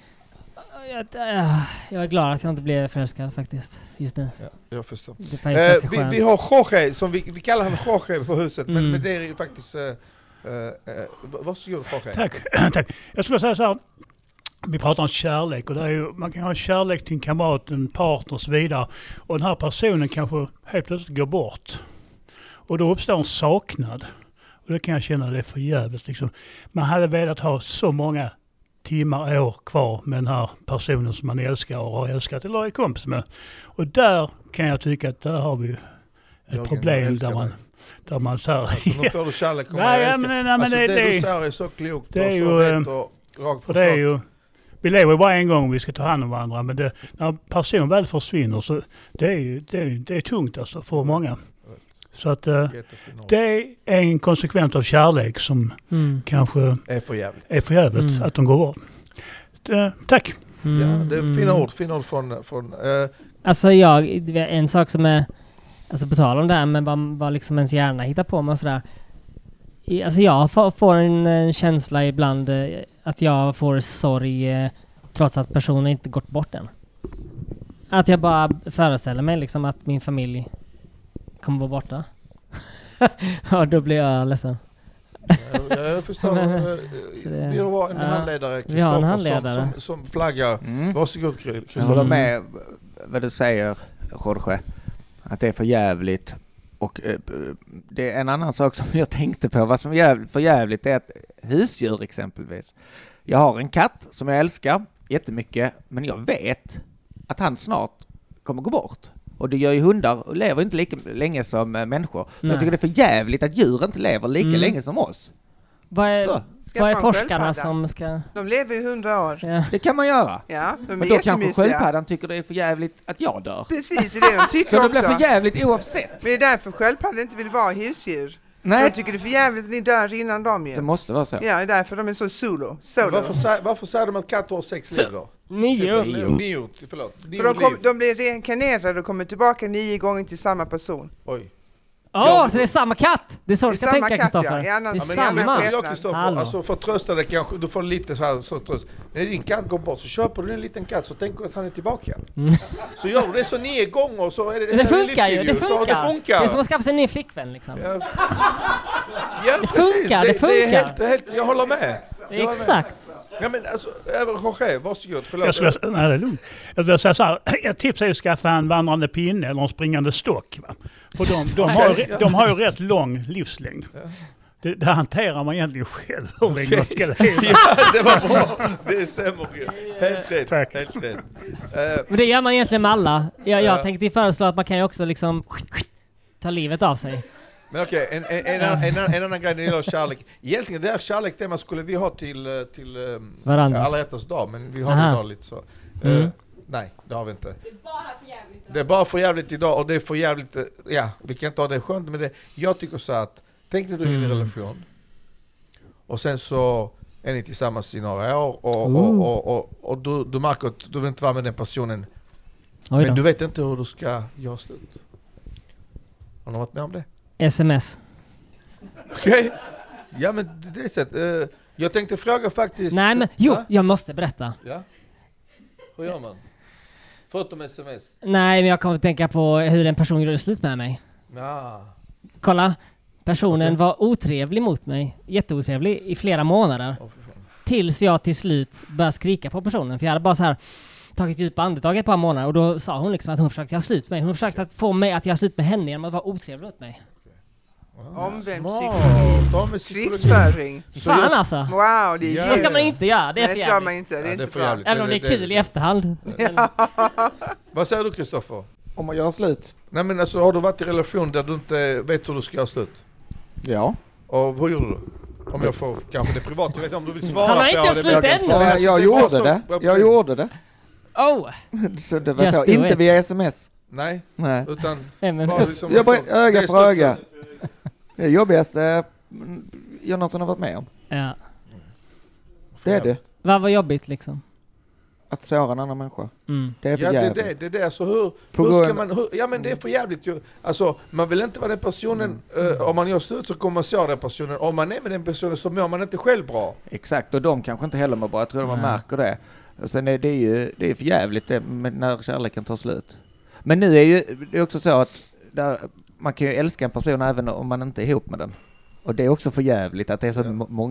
Jag är glad att jag inte blev förälskad faktiskt just nu. Ja, jag förstår. Vi har Jorge, som vi kallar han Jorge på huset, men det är ju faktiskt... varsågod Jorge. Tack. Jag skulle säga så här, vi pratar om kärlek och det är ju, man kan ha kärlek till en kamrat, en partner och så vidare. Och den här personen kanske helt plötsligt går bort. Och då uppstår en saknad. Och det kan jag känna, det är för jävligt liksom. Man hade velat ha så många timmar, år kvar med den här personen som man älskar och har älskat eller är kompis med. Och där kan jag tycka att där har vi ett problem där man så här... Alltså, nu får du kärlek och nej, men alltså, det du säger är så klokt det är och så ju, rätt och rakt på det är sak. ju, vi lever bara en gång och vi ska ta hand om varandra, men det, när personen väl försvinner så det är tungt alltså för många. Så att det är en konsekvens av kärlek som kanske är för jävligt att de går bort. Tack! Ja, det är fina ord från Alltså en sak som är, alltså på tal om det här med vad liksom ens hjärna hittar på med och sådär. Alltså jag får en känsla ibland att jag får sorg trots att personen inte gått bort än. Att jag bara föreställer mig liksom att min familj kommer vara borta. Ja, då blir jag ledsen. Jag förstår. Vi har en handledare, Kristoffer, som flaggar. Varsågod, Kristoffer. Jag håller med vad du säger, Jorge. Att det är för jävligt. Och det är en annan sak som jag tänkte på. Vad som är för jävligt är att husdjur exempelvis. Jag har en katt som jag älskar jättemycket. Men jag vet att han snart kommer gå bort. Och det gör ju hundar och lever inte lika länge som människor. Så jag tycker det är för jävligt att djur inte lever lika länge som oss. Vad är forskarna som ska... De lever i 100 år. Ja. Det kan man göra. Ja, de är men då jättemysiga. Kanske sköldpaddan tycker det är för jävligt att jag dör. Precis, det är det de tycker så också. Så det blir för jävligt oavsett. Men det är därför sköldpaddan inte vill vara husdjur. Nej. De tycker det är för jävligt att ni dör innan dem ju. Det måste vara så. Ja, det är därför de är så solo. Varför säger de att katter har 6 liv då? 9. Förlåt. För de blir reinkarnerade och kommer tillbaka 9 gånger till samma person. Oj. Så det är samma katt! Det är så du ska tänka, Kristoffer. Ja, det är samma. Jag, Kristoffer, alltså för att trösta dig kanske, du får lite så här så tröst. När din katt går bort så köper du en liten katt så tänker du att han är tillbaka. Så gör du det så 9 gånger så är det funkar ju, det funkar. Det funkar. Det är som att skaffa sig en ny flickvän liksom. Ja, det precis. Funkar, det funkar. Det är helt, jag håller med. Exakt. Ja men alltså, Jorge, varsågod. Nej, det är lugnt. Jag vill säga så här, ett tips är att skaffa en vandrande pinne eller en springande stock. Va? För de har ju rätt lång livslängd. Ja. Det hanterar man egentligen själv. Hur länge man ska leva. Ja, det var bra. Det stämmer ju. Helt rätt. Tack. Helt rätt. Men det gör man egentligen med alla. Jag tänkte föreslå att man kan ju också liksom ta livet av sig. Men okej, en annan grej när det gäller kärlek. Egentligen det är kärlek det man skulle vi ha till alla hjärtans dag, men vi har det idag lite så. Nej, det har vi inte. Det är bara för jävligt idag och det är för jävligt, vi kan inte ha det skönt, men jag tycker så att tänk när du är i en relation och sen så är ni tillsammans i några år och du märker att du vill inte vara med den personen, men du vet inte hur du ska göra slut. Har du varit med om det? SMS. Okej. Ja, men det är så. Jag tänkte fråga faktiskt... Nej, men jag måste berätta. Ja. Hur gör man? Förutom SMS? Nej, men jag kommer att tänka på hur en person gjorde slut med mig. Kolla. Personen var otrevlig mot mig. Jätteotrevlig i flera månader. Tills jag till slut började skrika på personen. För jag hade bara så här tagit djupa andetag ett par månader. Och då sa hon liksom att hon försökte göra slut med mig. Hon försökte att få mig att göra slut med henne genom att vara otrevlig mot mig. Omvänd krigsföring. Fan alltså. Wow, det är så ska man inte göra. Det är Nej, ska man inte. Det är inte bra. Även om det är kul i efterhand. Vad säger du, Kristoffer? Om man gör slut? Nej, men alltså, har du varit i en relation där du inte vet hur du ska göra slut? Ja. Och hur gjorde du? Om jag får kanske det privat, jag vet inte om du vill svara. Han har inte slut ännu. Jag gjorde det. Så det var så, inte via SMS. Nej. Utan bara liksom jag bara öga för öga. Det är det jobbigaste Jonathan har varit med om. Ja. Det är det. Vad var jobbigt liksom? Att såra en annan människa. Det är för jävligt. Det är så hur ska man... ja, men det är för jävligt ju. Alltså, man vill inte vara den personen... om man gör slut så kommer man såra den personen. Om man är med den personen så mår man inte själv bra. Exakt, och de kanske inte heller mår bra. Jag tror man märker det. Och sen är det är för jävligt det, när kärleken tar slut. Men nu är det också så att man kan ju älska en person även om man inte är ihop med den. Och det är också för jävligt att det är så många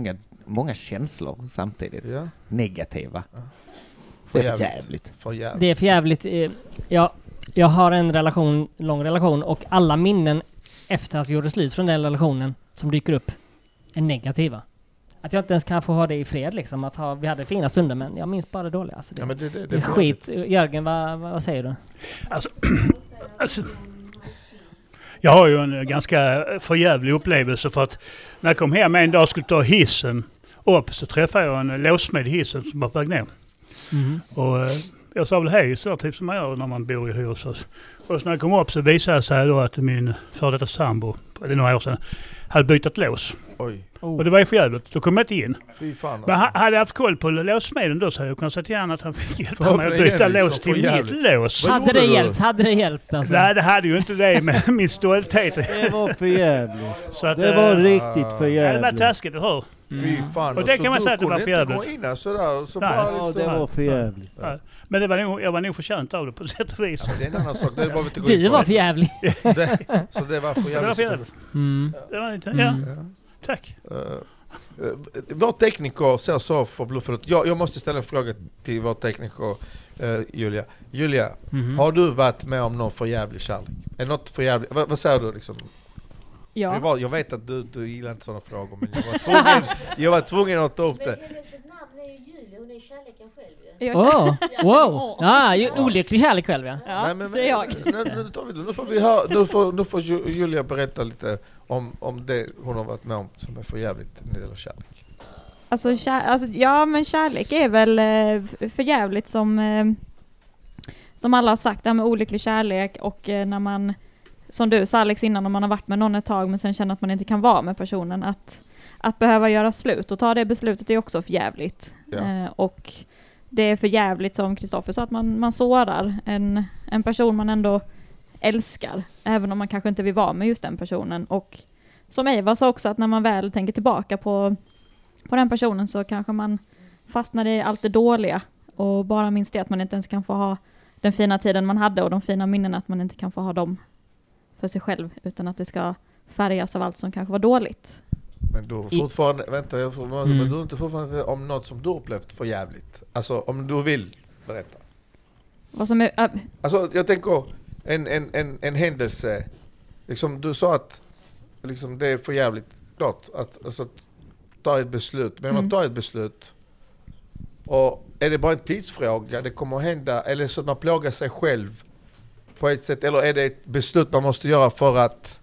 många känslor samtidigt. Ja. Negativa. Ja. Det är för jävligt. Det är för jävligt. Jag har en lång relation och alla minnen efter att vi gjorde slut från den relationen som dyker upp är negativa. Att jag inte ens kan få ha det i fred liksom. Vi hade fina stunder men jag minns bara det dåliga. Alltså, det är skit. Jörgen, vad säger du? Alltså, jag har ju en ganska förjävlig upplevelse för att när jag kom hem en dag och skulle ta hissen upp så träffade jag en låsmed i hissen som var på väg ner. Och jag sa väl hej så typ som man gör när man bor i hyreshus. Och så när jag kom upp så visade det sig då att min före detta sambo, det är några år sedan, hade bytt lås. Oj. Och det var ju för jävligt. Då kom jag inte in. Fy fan, men han hade haft koll på låssmeden då så jag kunde säga till honom att han fick hjälpa mig att byta lås till mitt lås. Hade det hjälpt alltså? Nej, det hade ju inte det med min stolthet. Det var för jävligt. Så att, det var riktigt för jävligt. Det var taskigt, eller hur? Fy fan. Och det kan man säga att det var för jävligt. Gå in sådär, så nej, bara liksom. Det var för jävligt. Ja. Men jag var nog förtjänt av det på sätt och vis. Ja, det är en annan sak. Det var inte du var för jävlig. Så det var för jävligt. Det var för jävligt. Det var inte, ja. Tack. Vår tekniker ser så förbluffad. Jag måste ställa en fråga till vår tekniker Julia. Julia, har du varit med om någon förjävlig kärlek? Är något förjävligt? Vad säger du liksom? Ja. Jag vet att du gillar inte sådana frågor, men jag var tvungen att ta upp det. Men hennes namn är ju Julia, hon är kärleken själv. Wow! Olycklig kärlek själv, ja. Nej, men, det är jag. Nu får Julia berätta lite om det hon har varit med om som är för jävligt när det gäller kärlek. Ja, men kärlek är väl för jävligt som alla har sagt, det med olycklig kärlek och när man, som du sa Alex innan, om man har varit med någon ett tag men sen känner att man inte kan vara med personen, att behöva göra slut och ta det beslutet är också för jävligt. Ja. Och det är för jävligt som Kristoffer sa, att man sårar en person man ändå älskar, även om man kanske inte vill vara med just den personen. Och som Eva sa också, att när man väl tänker tillbaka på den personen så kanske man fastnar i allt det dåliga och bara minns det att man inte ens kan få ha den fina tiden man hade och de fina minnen, att man inte kan få ha dem för sig själv utan att det ska färgas av allt som kanske var dåligt. Men du fortfarande, men du är inte fortfarande om något som du upplevt för jävligt. Alltså om du vill berätta. Vad som är... Alltså jag tänker en händelse. Liksom du sa att liksom, det är för jävligt klart att ta ett beslut. Men man tar ett beslut och är det bara en tidsfråga, det kommer att hända, eller så att man plågar sig själv på ett sätt, eller är det ett beslut man måste göra för att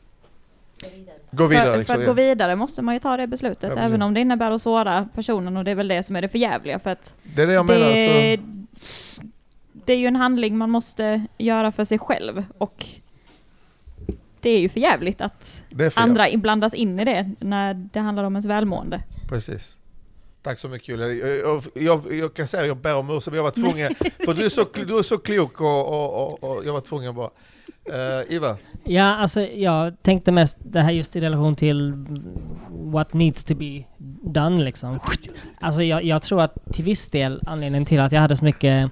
gå vidare? För att gå vidare måste man ju ta det beslutet, även om det innebär att såra personen, och det är väl det som är det förjävliga, för att det är det jag menar, alltså. Det är ju en handling man måste göra för sig själv, och det är ju för jävligt att andra inblandas in i det när det handlar om ens välmående. Precis. Tack så mycket Julia. Jag kan säga att jag bär om ursäkt, men jag var tvungen. För du är så klok och jag var tvungen bara. Iva? Ja, alltså jag tänkte mest det här just i relation till what needs to be done liksom. Alltså jag tror att till viss del anledningen till att jag hade så mycket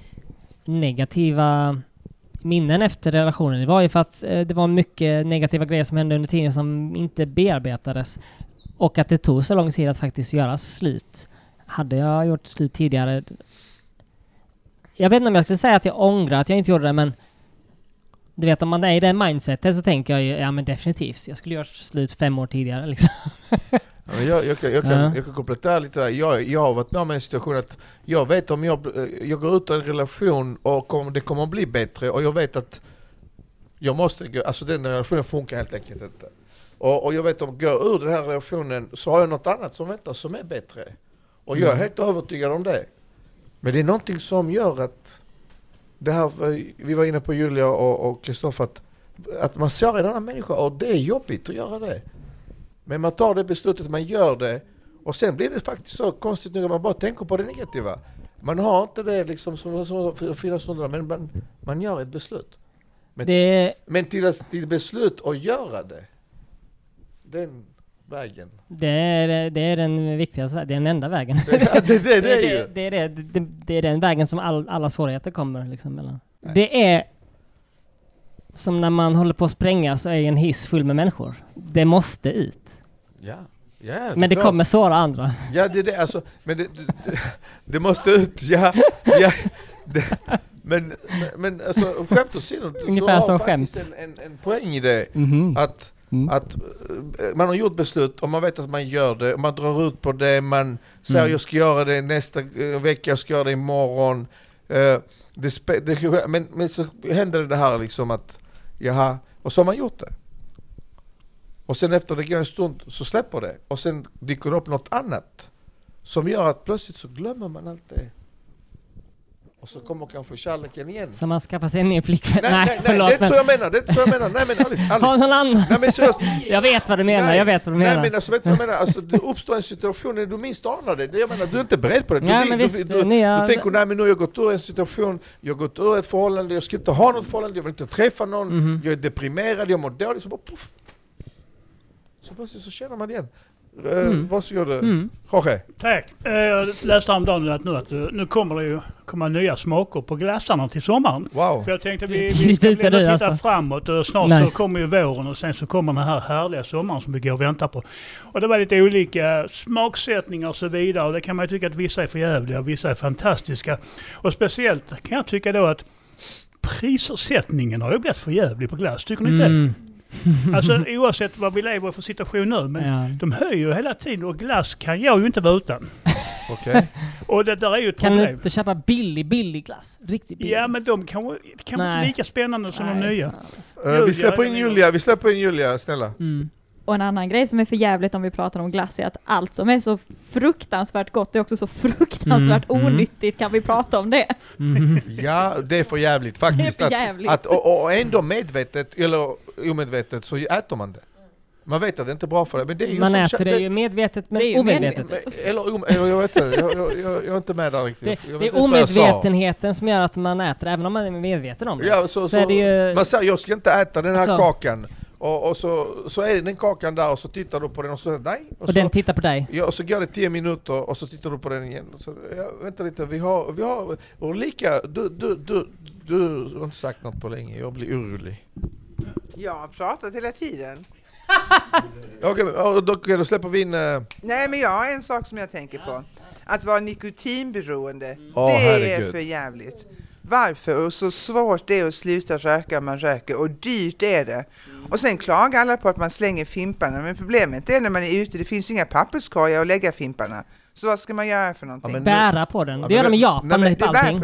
negativa minnen efter relationen, det var ju för att det var mycket negativa grejer som hände under tiden som inte bearbetades. Och att det tog så lång tid att faktiskt göra slut. Hade jag gjort slut tidigare... Jag vet inte om jag skulle säga att jag ångrar att jag inte gjorde det, men... Du vet, om man är i det mindsetet så tänker jag ju, ja men definitivt. Jag skulle göra slut 5 år tidigare liksom. Ja, jag kan komplettera lite där. Jag har varit med om en situation att jag vet om jag går ut i en relation och det kommer att bli bättre, och jag vet att jag måste gå, alltså den relationen funkar helt enkelt inte. Och jag vet om jag går ur den här relationen så har jag något annat som väntar som är bättre. Och jag är helt övertygad om det. Men det är någonting som gör att det här, vi var inne på Julia och Kristoffer, att man ser en annan människa och det är jobbigt att göra det. Men man tar det beslutet, man gör det, och sen blir det faktiskt så konstigt nu att man bara tänker på det negativa. Man har inte det liksom som fina stunder, men man gör ett beslut. Men till beslut och göra det, den vägen. Det är den viktigaste, det är den enda vägen. Det är den vägen som alla svårigheter kommer liksom mellan. Det är som när man håller på att spränga så är en hiss full med människor. Det måste ut. Ja. Ja, men det kommer såra andra. Ja, det är det. Alltså, men det måste ut. Ja, men alltså, skämt åsido. Ungefär som skämt. En poäng i det. Att man har gjort beslut och man vet att man gör det. Och man drar ut på det. Man säger jag ska göra det nästa vecka. Jag ska göra det imorgon. Men så händer det här liksom att och så har man gjort det. Och sen efter det går en stund så släpper det. Och sen dyker det upp något annat som gör att plötsligt så glömmer man allt det. Och så kommer kanske kärleken igen. Så man skaffar sig en ny flickvän. Nej, det är inte så jag menar. Nej, men ärligt. Ha någon annan. Nej, men seriöst. Jag vet vad du menar. Nej, vet du vad men alltså, vet du vad jag menar? Alltså, det uppstår en situation när du minst anar det. Jag menar, du är inte beredd på det. Du tänker, nej men nu har jag gått ur en situation. Jag har gått ur ett förhållande. Jag ska inte ha något förhållande. Jag vill inte träffa någon. Jag är deprimerad. Jag mår dåligt. Så bara puff. Så plötsligt så känner man igen. Varsågod, Jorge. Tack. Jag läste om dagen att nu kommer det ju komma nya smaker på glassarna till sommaren. Wow. För jag tänkte vi ska titta framåt och snart så kommer ju våren och sen så kommer den här härliga sommaren som vi går och väntar på. Och det var lite olika smaksättningar och så vidare och det kan man ju tycka att vissa är förjävliga och vissa är fantastiska. Och speciellt kan jag tycka då att prissättningen har ju blivit förjävlig på glass. Tycker ni inte det? Alltså oavsett vad vi lever för situation nu, men de höjer ju hela tiden och glass kan jag ju inte vara utan. Okej. Och det där är ju ett kan problem. Kan du inte köpa billig glass? Riktigt billig. Ja, men de kan inte lika spännande som de nya. Vi släpper in Julia, snälla. Och en annan grej som är för jävligt om vi pratar om glass är att allt som är så fruktansvärt gott är också så fruktansvärt onyttigt. Kan vi prata om det? Ja, det är för jävligt faktiskt. Det är för jävligt. Och ändå medvetet eller omedvetet så äter man det. Man vet att det inte är bra för det. Men det är ju man äter det ju medvetet men omedvetet. Eller jag vet inte. Jag är inte med där riktigt. Det är omedvetenheten som gör att man äter även om man är medveten om det. Ja, så är det ju... Man säger jag ska inte äta den här kakan. Och så är det den kakan där och så tittar du på den och så nej. Och den tittar på dig. Ja, och så går det 10 minuter och så tittar du på den igen. Så, vänta lite, vi har olika... Du har inte sagt något på länge, jag blir orolig. Jag har pratat hela tiden. Okej, då släpper vi in... Nej, men jag har en sak som jag tänker på. Att vara nikotinberoende, det är för jävligt. Varför? Och så svårt det är att sluta röka man röker och dyrt är det. Och sen klagar alla på att man slänger fimparna. Men problemet är när man är ute, det finns inga papperskorgar att lägga fimparna. Så vad ska man göra för någonting? Ja, bära på den. Det gör de i Japan. Vi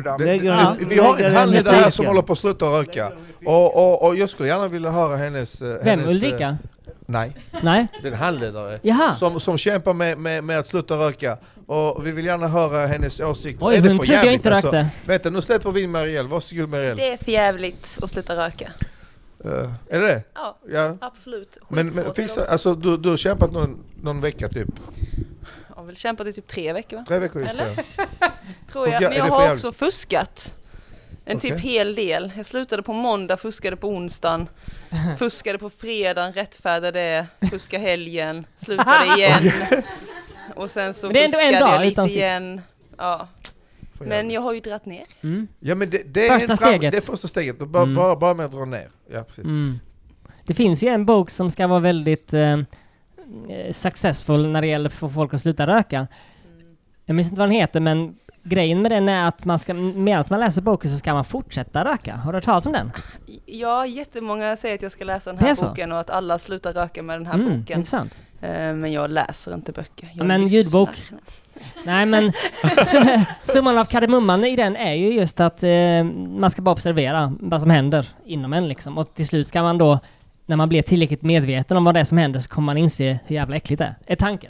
har en handledare här som håller på att sluta röka. Och jag skulle gärna vilja höra hennes... Vem? Ulrika? Nej. Den handledare som kämpar med att sluta röka. Och vi vill gärna höra hennes åsikt. Oj, hon trodde jag inte rökte. Alltså, vänta, nu släpper vi in Marielle. Varsågod Marielle. Det är för jävligt att sluta röka. Är det? Ja, absolut. Men alltså, du har kämpat någon vecka typ? Jag har väl kämpat i typ 3 veckor va? 3 veckor just det. Tror jag. Men jag har också fuskat. Typ hel del. Jag slutade på måndag, fuskade på onsdagen. Fuskade på fredagen, rättfärdade, fuskade helgen, slutade igen. Och sen så fuskade jag lite igen. Ja. Men jag har ju dratt ner. Ja, men det är första steget. Det är första steget. Bara med att dra ner. Ja, precis. Det finns ju en bok som ska vara väldigt successful när det gäller för folk att sluta röka. Jag minns inte vad den heter, men grejen med den är att medan man läser boken så ska man fortsätta röka. Har du hört talas om den? Ja, jättemånga säger att jag ska läsa den här boken och att alla slutar röka med den här boken. Intressant. Men jag läser inte böcker. Men ljudbok. Nej, men summan av kardemumman i den är ju just att man ska bara observera vad som händer inom en liksom. Och till slut ska man då, när man blir tillräckligt medveten om vad det är som händer, så kommer man inse hur jävla äckligt det är tanken.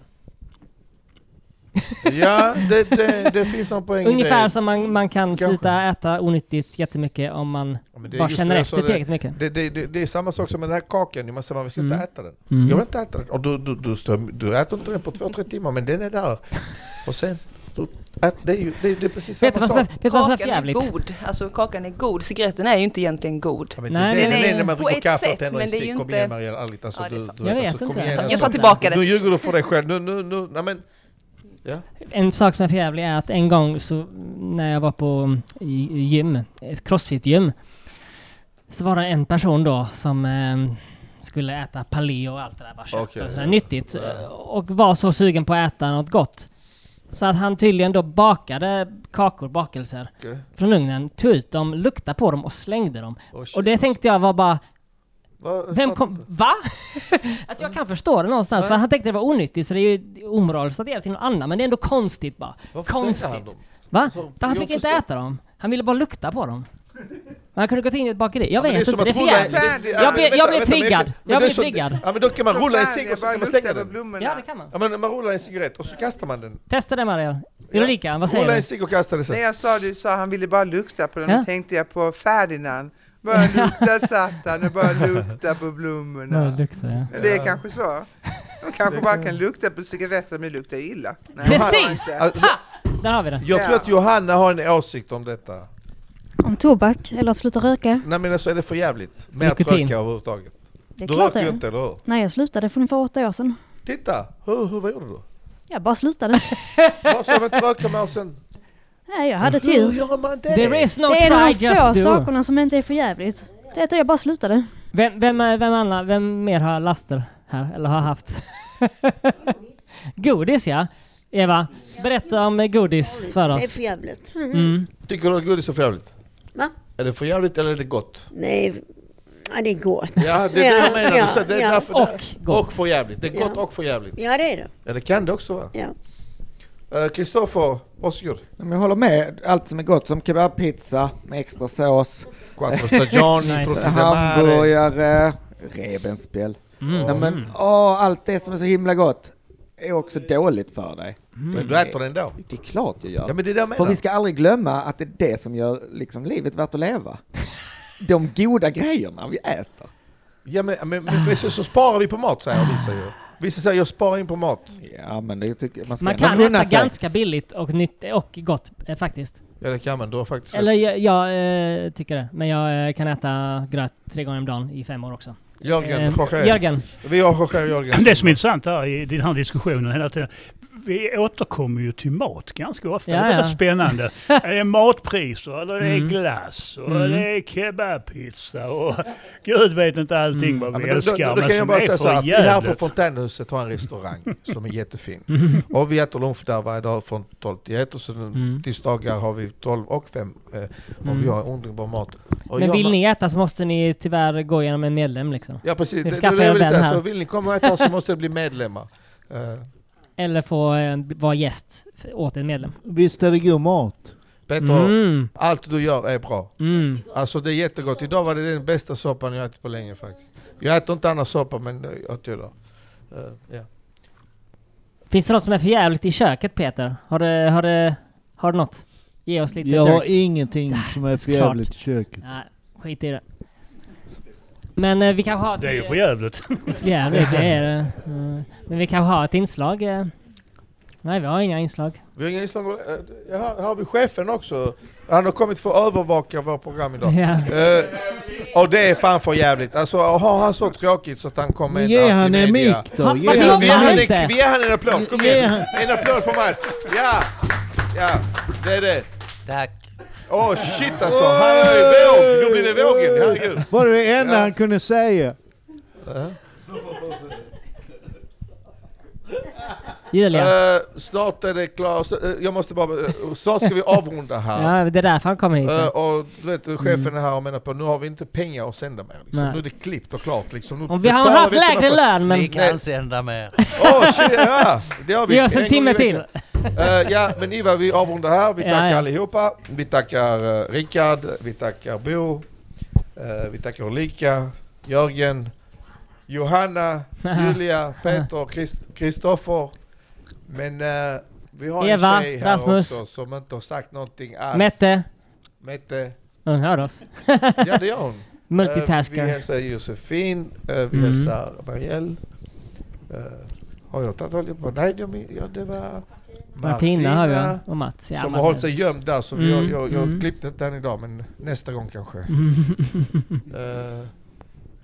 Ja, det finns någon poäng. Ungefär som man kan sluta äta onyttigt jättemycket om man bara känner efter tillräckligt mycket. Det är samma sak som med den här kakan. Man säger man vill inte äta den. Jag vill inte äta den. Och du äter inte den på 2-3 timmar, men den är där. Och sen... Det är precis samma sak. Kakan är god. Alltså kakan är god. Cigaretten är ju inte egentligen god. Ja, nej, den är när man dricker kaffe. Men det är ju inte... Jag tar tillbaka det. Nu ljuger du för dig själv. Nej, men... Ja. En sak som är för jävlig är att en gång så när jag var på gym, ett crossfit-gym, så var det en person då som skulle äta paleo och allt det där, bara kött och så här nyttigt. Och var så sugen på att äta något gott. Så att han tydligen då bakade bakelser från ugnen, tog ut dem, luktade på dem och slängde dem. Och det tänkte jag var bara... Va? Alltså jag kan förstå det någonstans, för han tänkte det var onyttigt, så det är ju omoraliskt att dela till någon annan, men det är ändå konstigt bara. Varför konstigt. Va? För han fick inte äta dem. Han ville bara lukta på dem. Man kunde gått in i ett bakeri. Jag vet inte, det är fjärligt. Jag blir triggad. Ja, men då kan man rulla en cigg och så kan man slänga den. Ja, det kan man. Ja, men man rullar en cigarett och så kastar man den. Testa det, Maria. Ulrika, vad säger du? Rulla en cigg och kasta det sen. När du sa han ville bara lukta på den, då tänkte jag på Ferdinand. Bara lukta satan och bara lukta på blommorna. Det är kanske så. De kanske bara kan lukta på cigaretter, men luktar illa. Nej, precis! Där har vi det. Jag tror att Johanna har en åsikt om detta. Om tobak eller att sluta röka? Nej, men så är det för jävligt. Med att röka överhuvudtaget. Du röker ju inte, eller hur? Nej, jag slutade för ungefär 8 år sedan. Titta, vad gjorde du? Jag bara slutade. Varför har inte röka med oss sen? Nej, jag hade tur. Hur gör man det? There is no det är try, de få just sakerna som inte är för jävligt. Det är att jag bara slutade. Vem mer har laster här? Eller har haft? Godis, ja. Eva, berätta om godis för oss. Det är för jävligt. Tycker du att godis är för jävligt? Va? Är det för jävligt eller är det gott? Nej, det är gott. Ja, det är det jag menar. Ja, det är därför och för jävligt. Det är gott och för jävligt. Ja, det är det. Ja, det kan det också vara. Ja. Kristoffer, varsågod. Jag håller med. Allt som är gott, som kebabpizza med extra sås. Quattro stagioni, hamburgare, rebenspjäll. Allt det som är så himla gott är också dåligt för dig. Men du äter den då? Det är klart jag gör. Ja, men det där för vi ska aldrig glömma att det är det som gör liksom livet värt att leva. De goda grejerna vi äter. Ja, men så sparar vi på mat, säger vissa ju. Vissa säger jag sparar in på mat. Ja, men det tycker man kan äta ganska billigt och nytt och gott faktiskt. Ja, det kan man då faktiskt. Eller jag tycker det. Men jag kan äta gröt 3 gånger om dagen i 5 år också. Jörgen. Vi har Jörgen. Det som är intressant här i den här diskussionen hela tiden, vi återkommer ju till mat ganska ofta. Det är spännande. Är det matpriser, eller det är glass, och det är kebabpizza, och Gud vet inte allting vad vi älskar. Då kan jag bara säga så att vi här på Fontänhuset har en restaurang som är jättefin. Och vi äter lunch där varje dag från 12 till 1, och så tisdagar har vi 12 och 5. Och vi har underbar mat. Och men vill ni äta så måste ni tyvärr gå igenom en medlem liksom. Ja, precis. Det vill säga, så vill ni komma och äta så måste det bli medlemmar. Eller få vara gäst åt en medlem. Visst är det god mat? Peter, allt du gör är bra. Alltså det är jättegott. Idag var det den bästa soppan jag ätit på länge faktiskt. Jag äter inte annan soppa, men jag äter idag. Finns det något som är för jävligt i köket, Peter? Har du något? Ge oss lite jag har ingenting som är för jävligt i köket. Nej, skit i det. Men vi kan ha... Det är ju för jävligt. Jävligt, det är det. Men vi kan ha ett inslag. Nej, vi har inga inslag. Vi har inga inslag. Här har vi chefen också. Han har kommit för att övervaka vårt program idag. Ja. Och det är fan för jävligt. Alltså har han så tråkigt så att han kommer inte ge han en mick då. Vi ger han en applåd. Kom igen. En applåd för Mats. Ja, det är det. Tack. Shit alltså. Han är våg. Då blir det vågen. Herregud. Var det enda han kunde säga? Snart är det klart. Jag måste bara... Snart ska vi avrunda här. Ja, det är därför han kommer hit. Och du vet, chefen är här och menar på nu har vi inte pengar att sända mer. Liksom. Nu är det klippt och klart. Liksom. Om vi har haft lägre lön, men... Vi kan sända mer. Shit, ja. Det har vi. Ge oss en timme till. Men Ivar, vi avrundar här. Vi tackar allihopa. Vi tackar Rickard. Vi tackar Bo. Vi tackar Ulrika, Jörgen, Johanna, Julia, Peter, Kristoffer. Men vi har Eva, en tjej här Rasmus. också som inte har sagt någonting alls. Mette. Hon hör oss. Ja, det gör hon. Multitasker. Vi hälsar Josefin. Vi hälsar Marielle. Har jag tagit hållit på? Nej, det var Martina har jag och Mats. Ja, som har hållit sig gömd där. Så jag klippte inte den idag, men nästa gång kanske.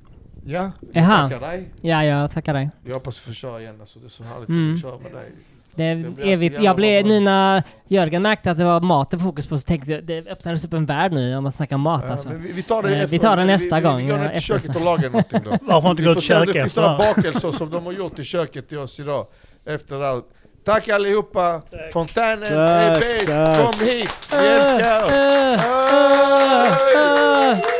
Ja, jag tackar dig. Ja, jag tackar dig. Jag hoppas vi får köra igen. Alltså, det är så härligt att köra med dig. Nu när Jörgen märkte att det var maten fokus på, så tänkte jag det öppnades upp en värld nu om man snackar mat. Alltså. Vi tar det nästa gång. Vi går ner till köket och lagar någonting då. Varför inte gå till köket? Det finns några bakelser som de har gjort i köket till oss idag. Efter allt. Tack allihopa. Tack. Fontänen är bäst. Kom hit. Vi älskar er.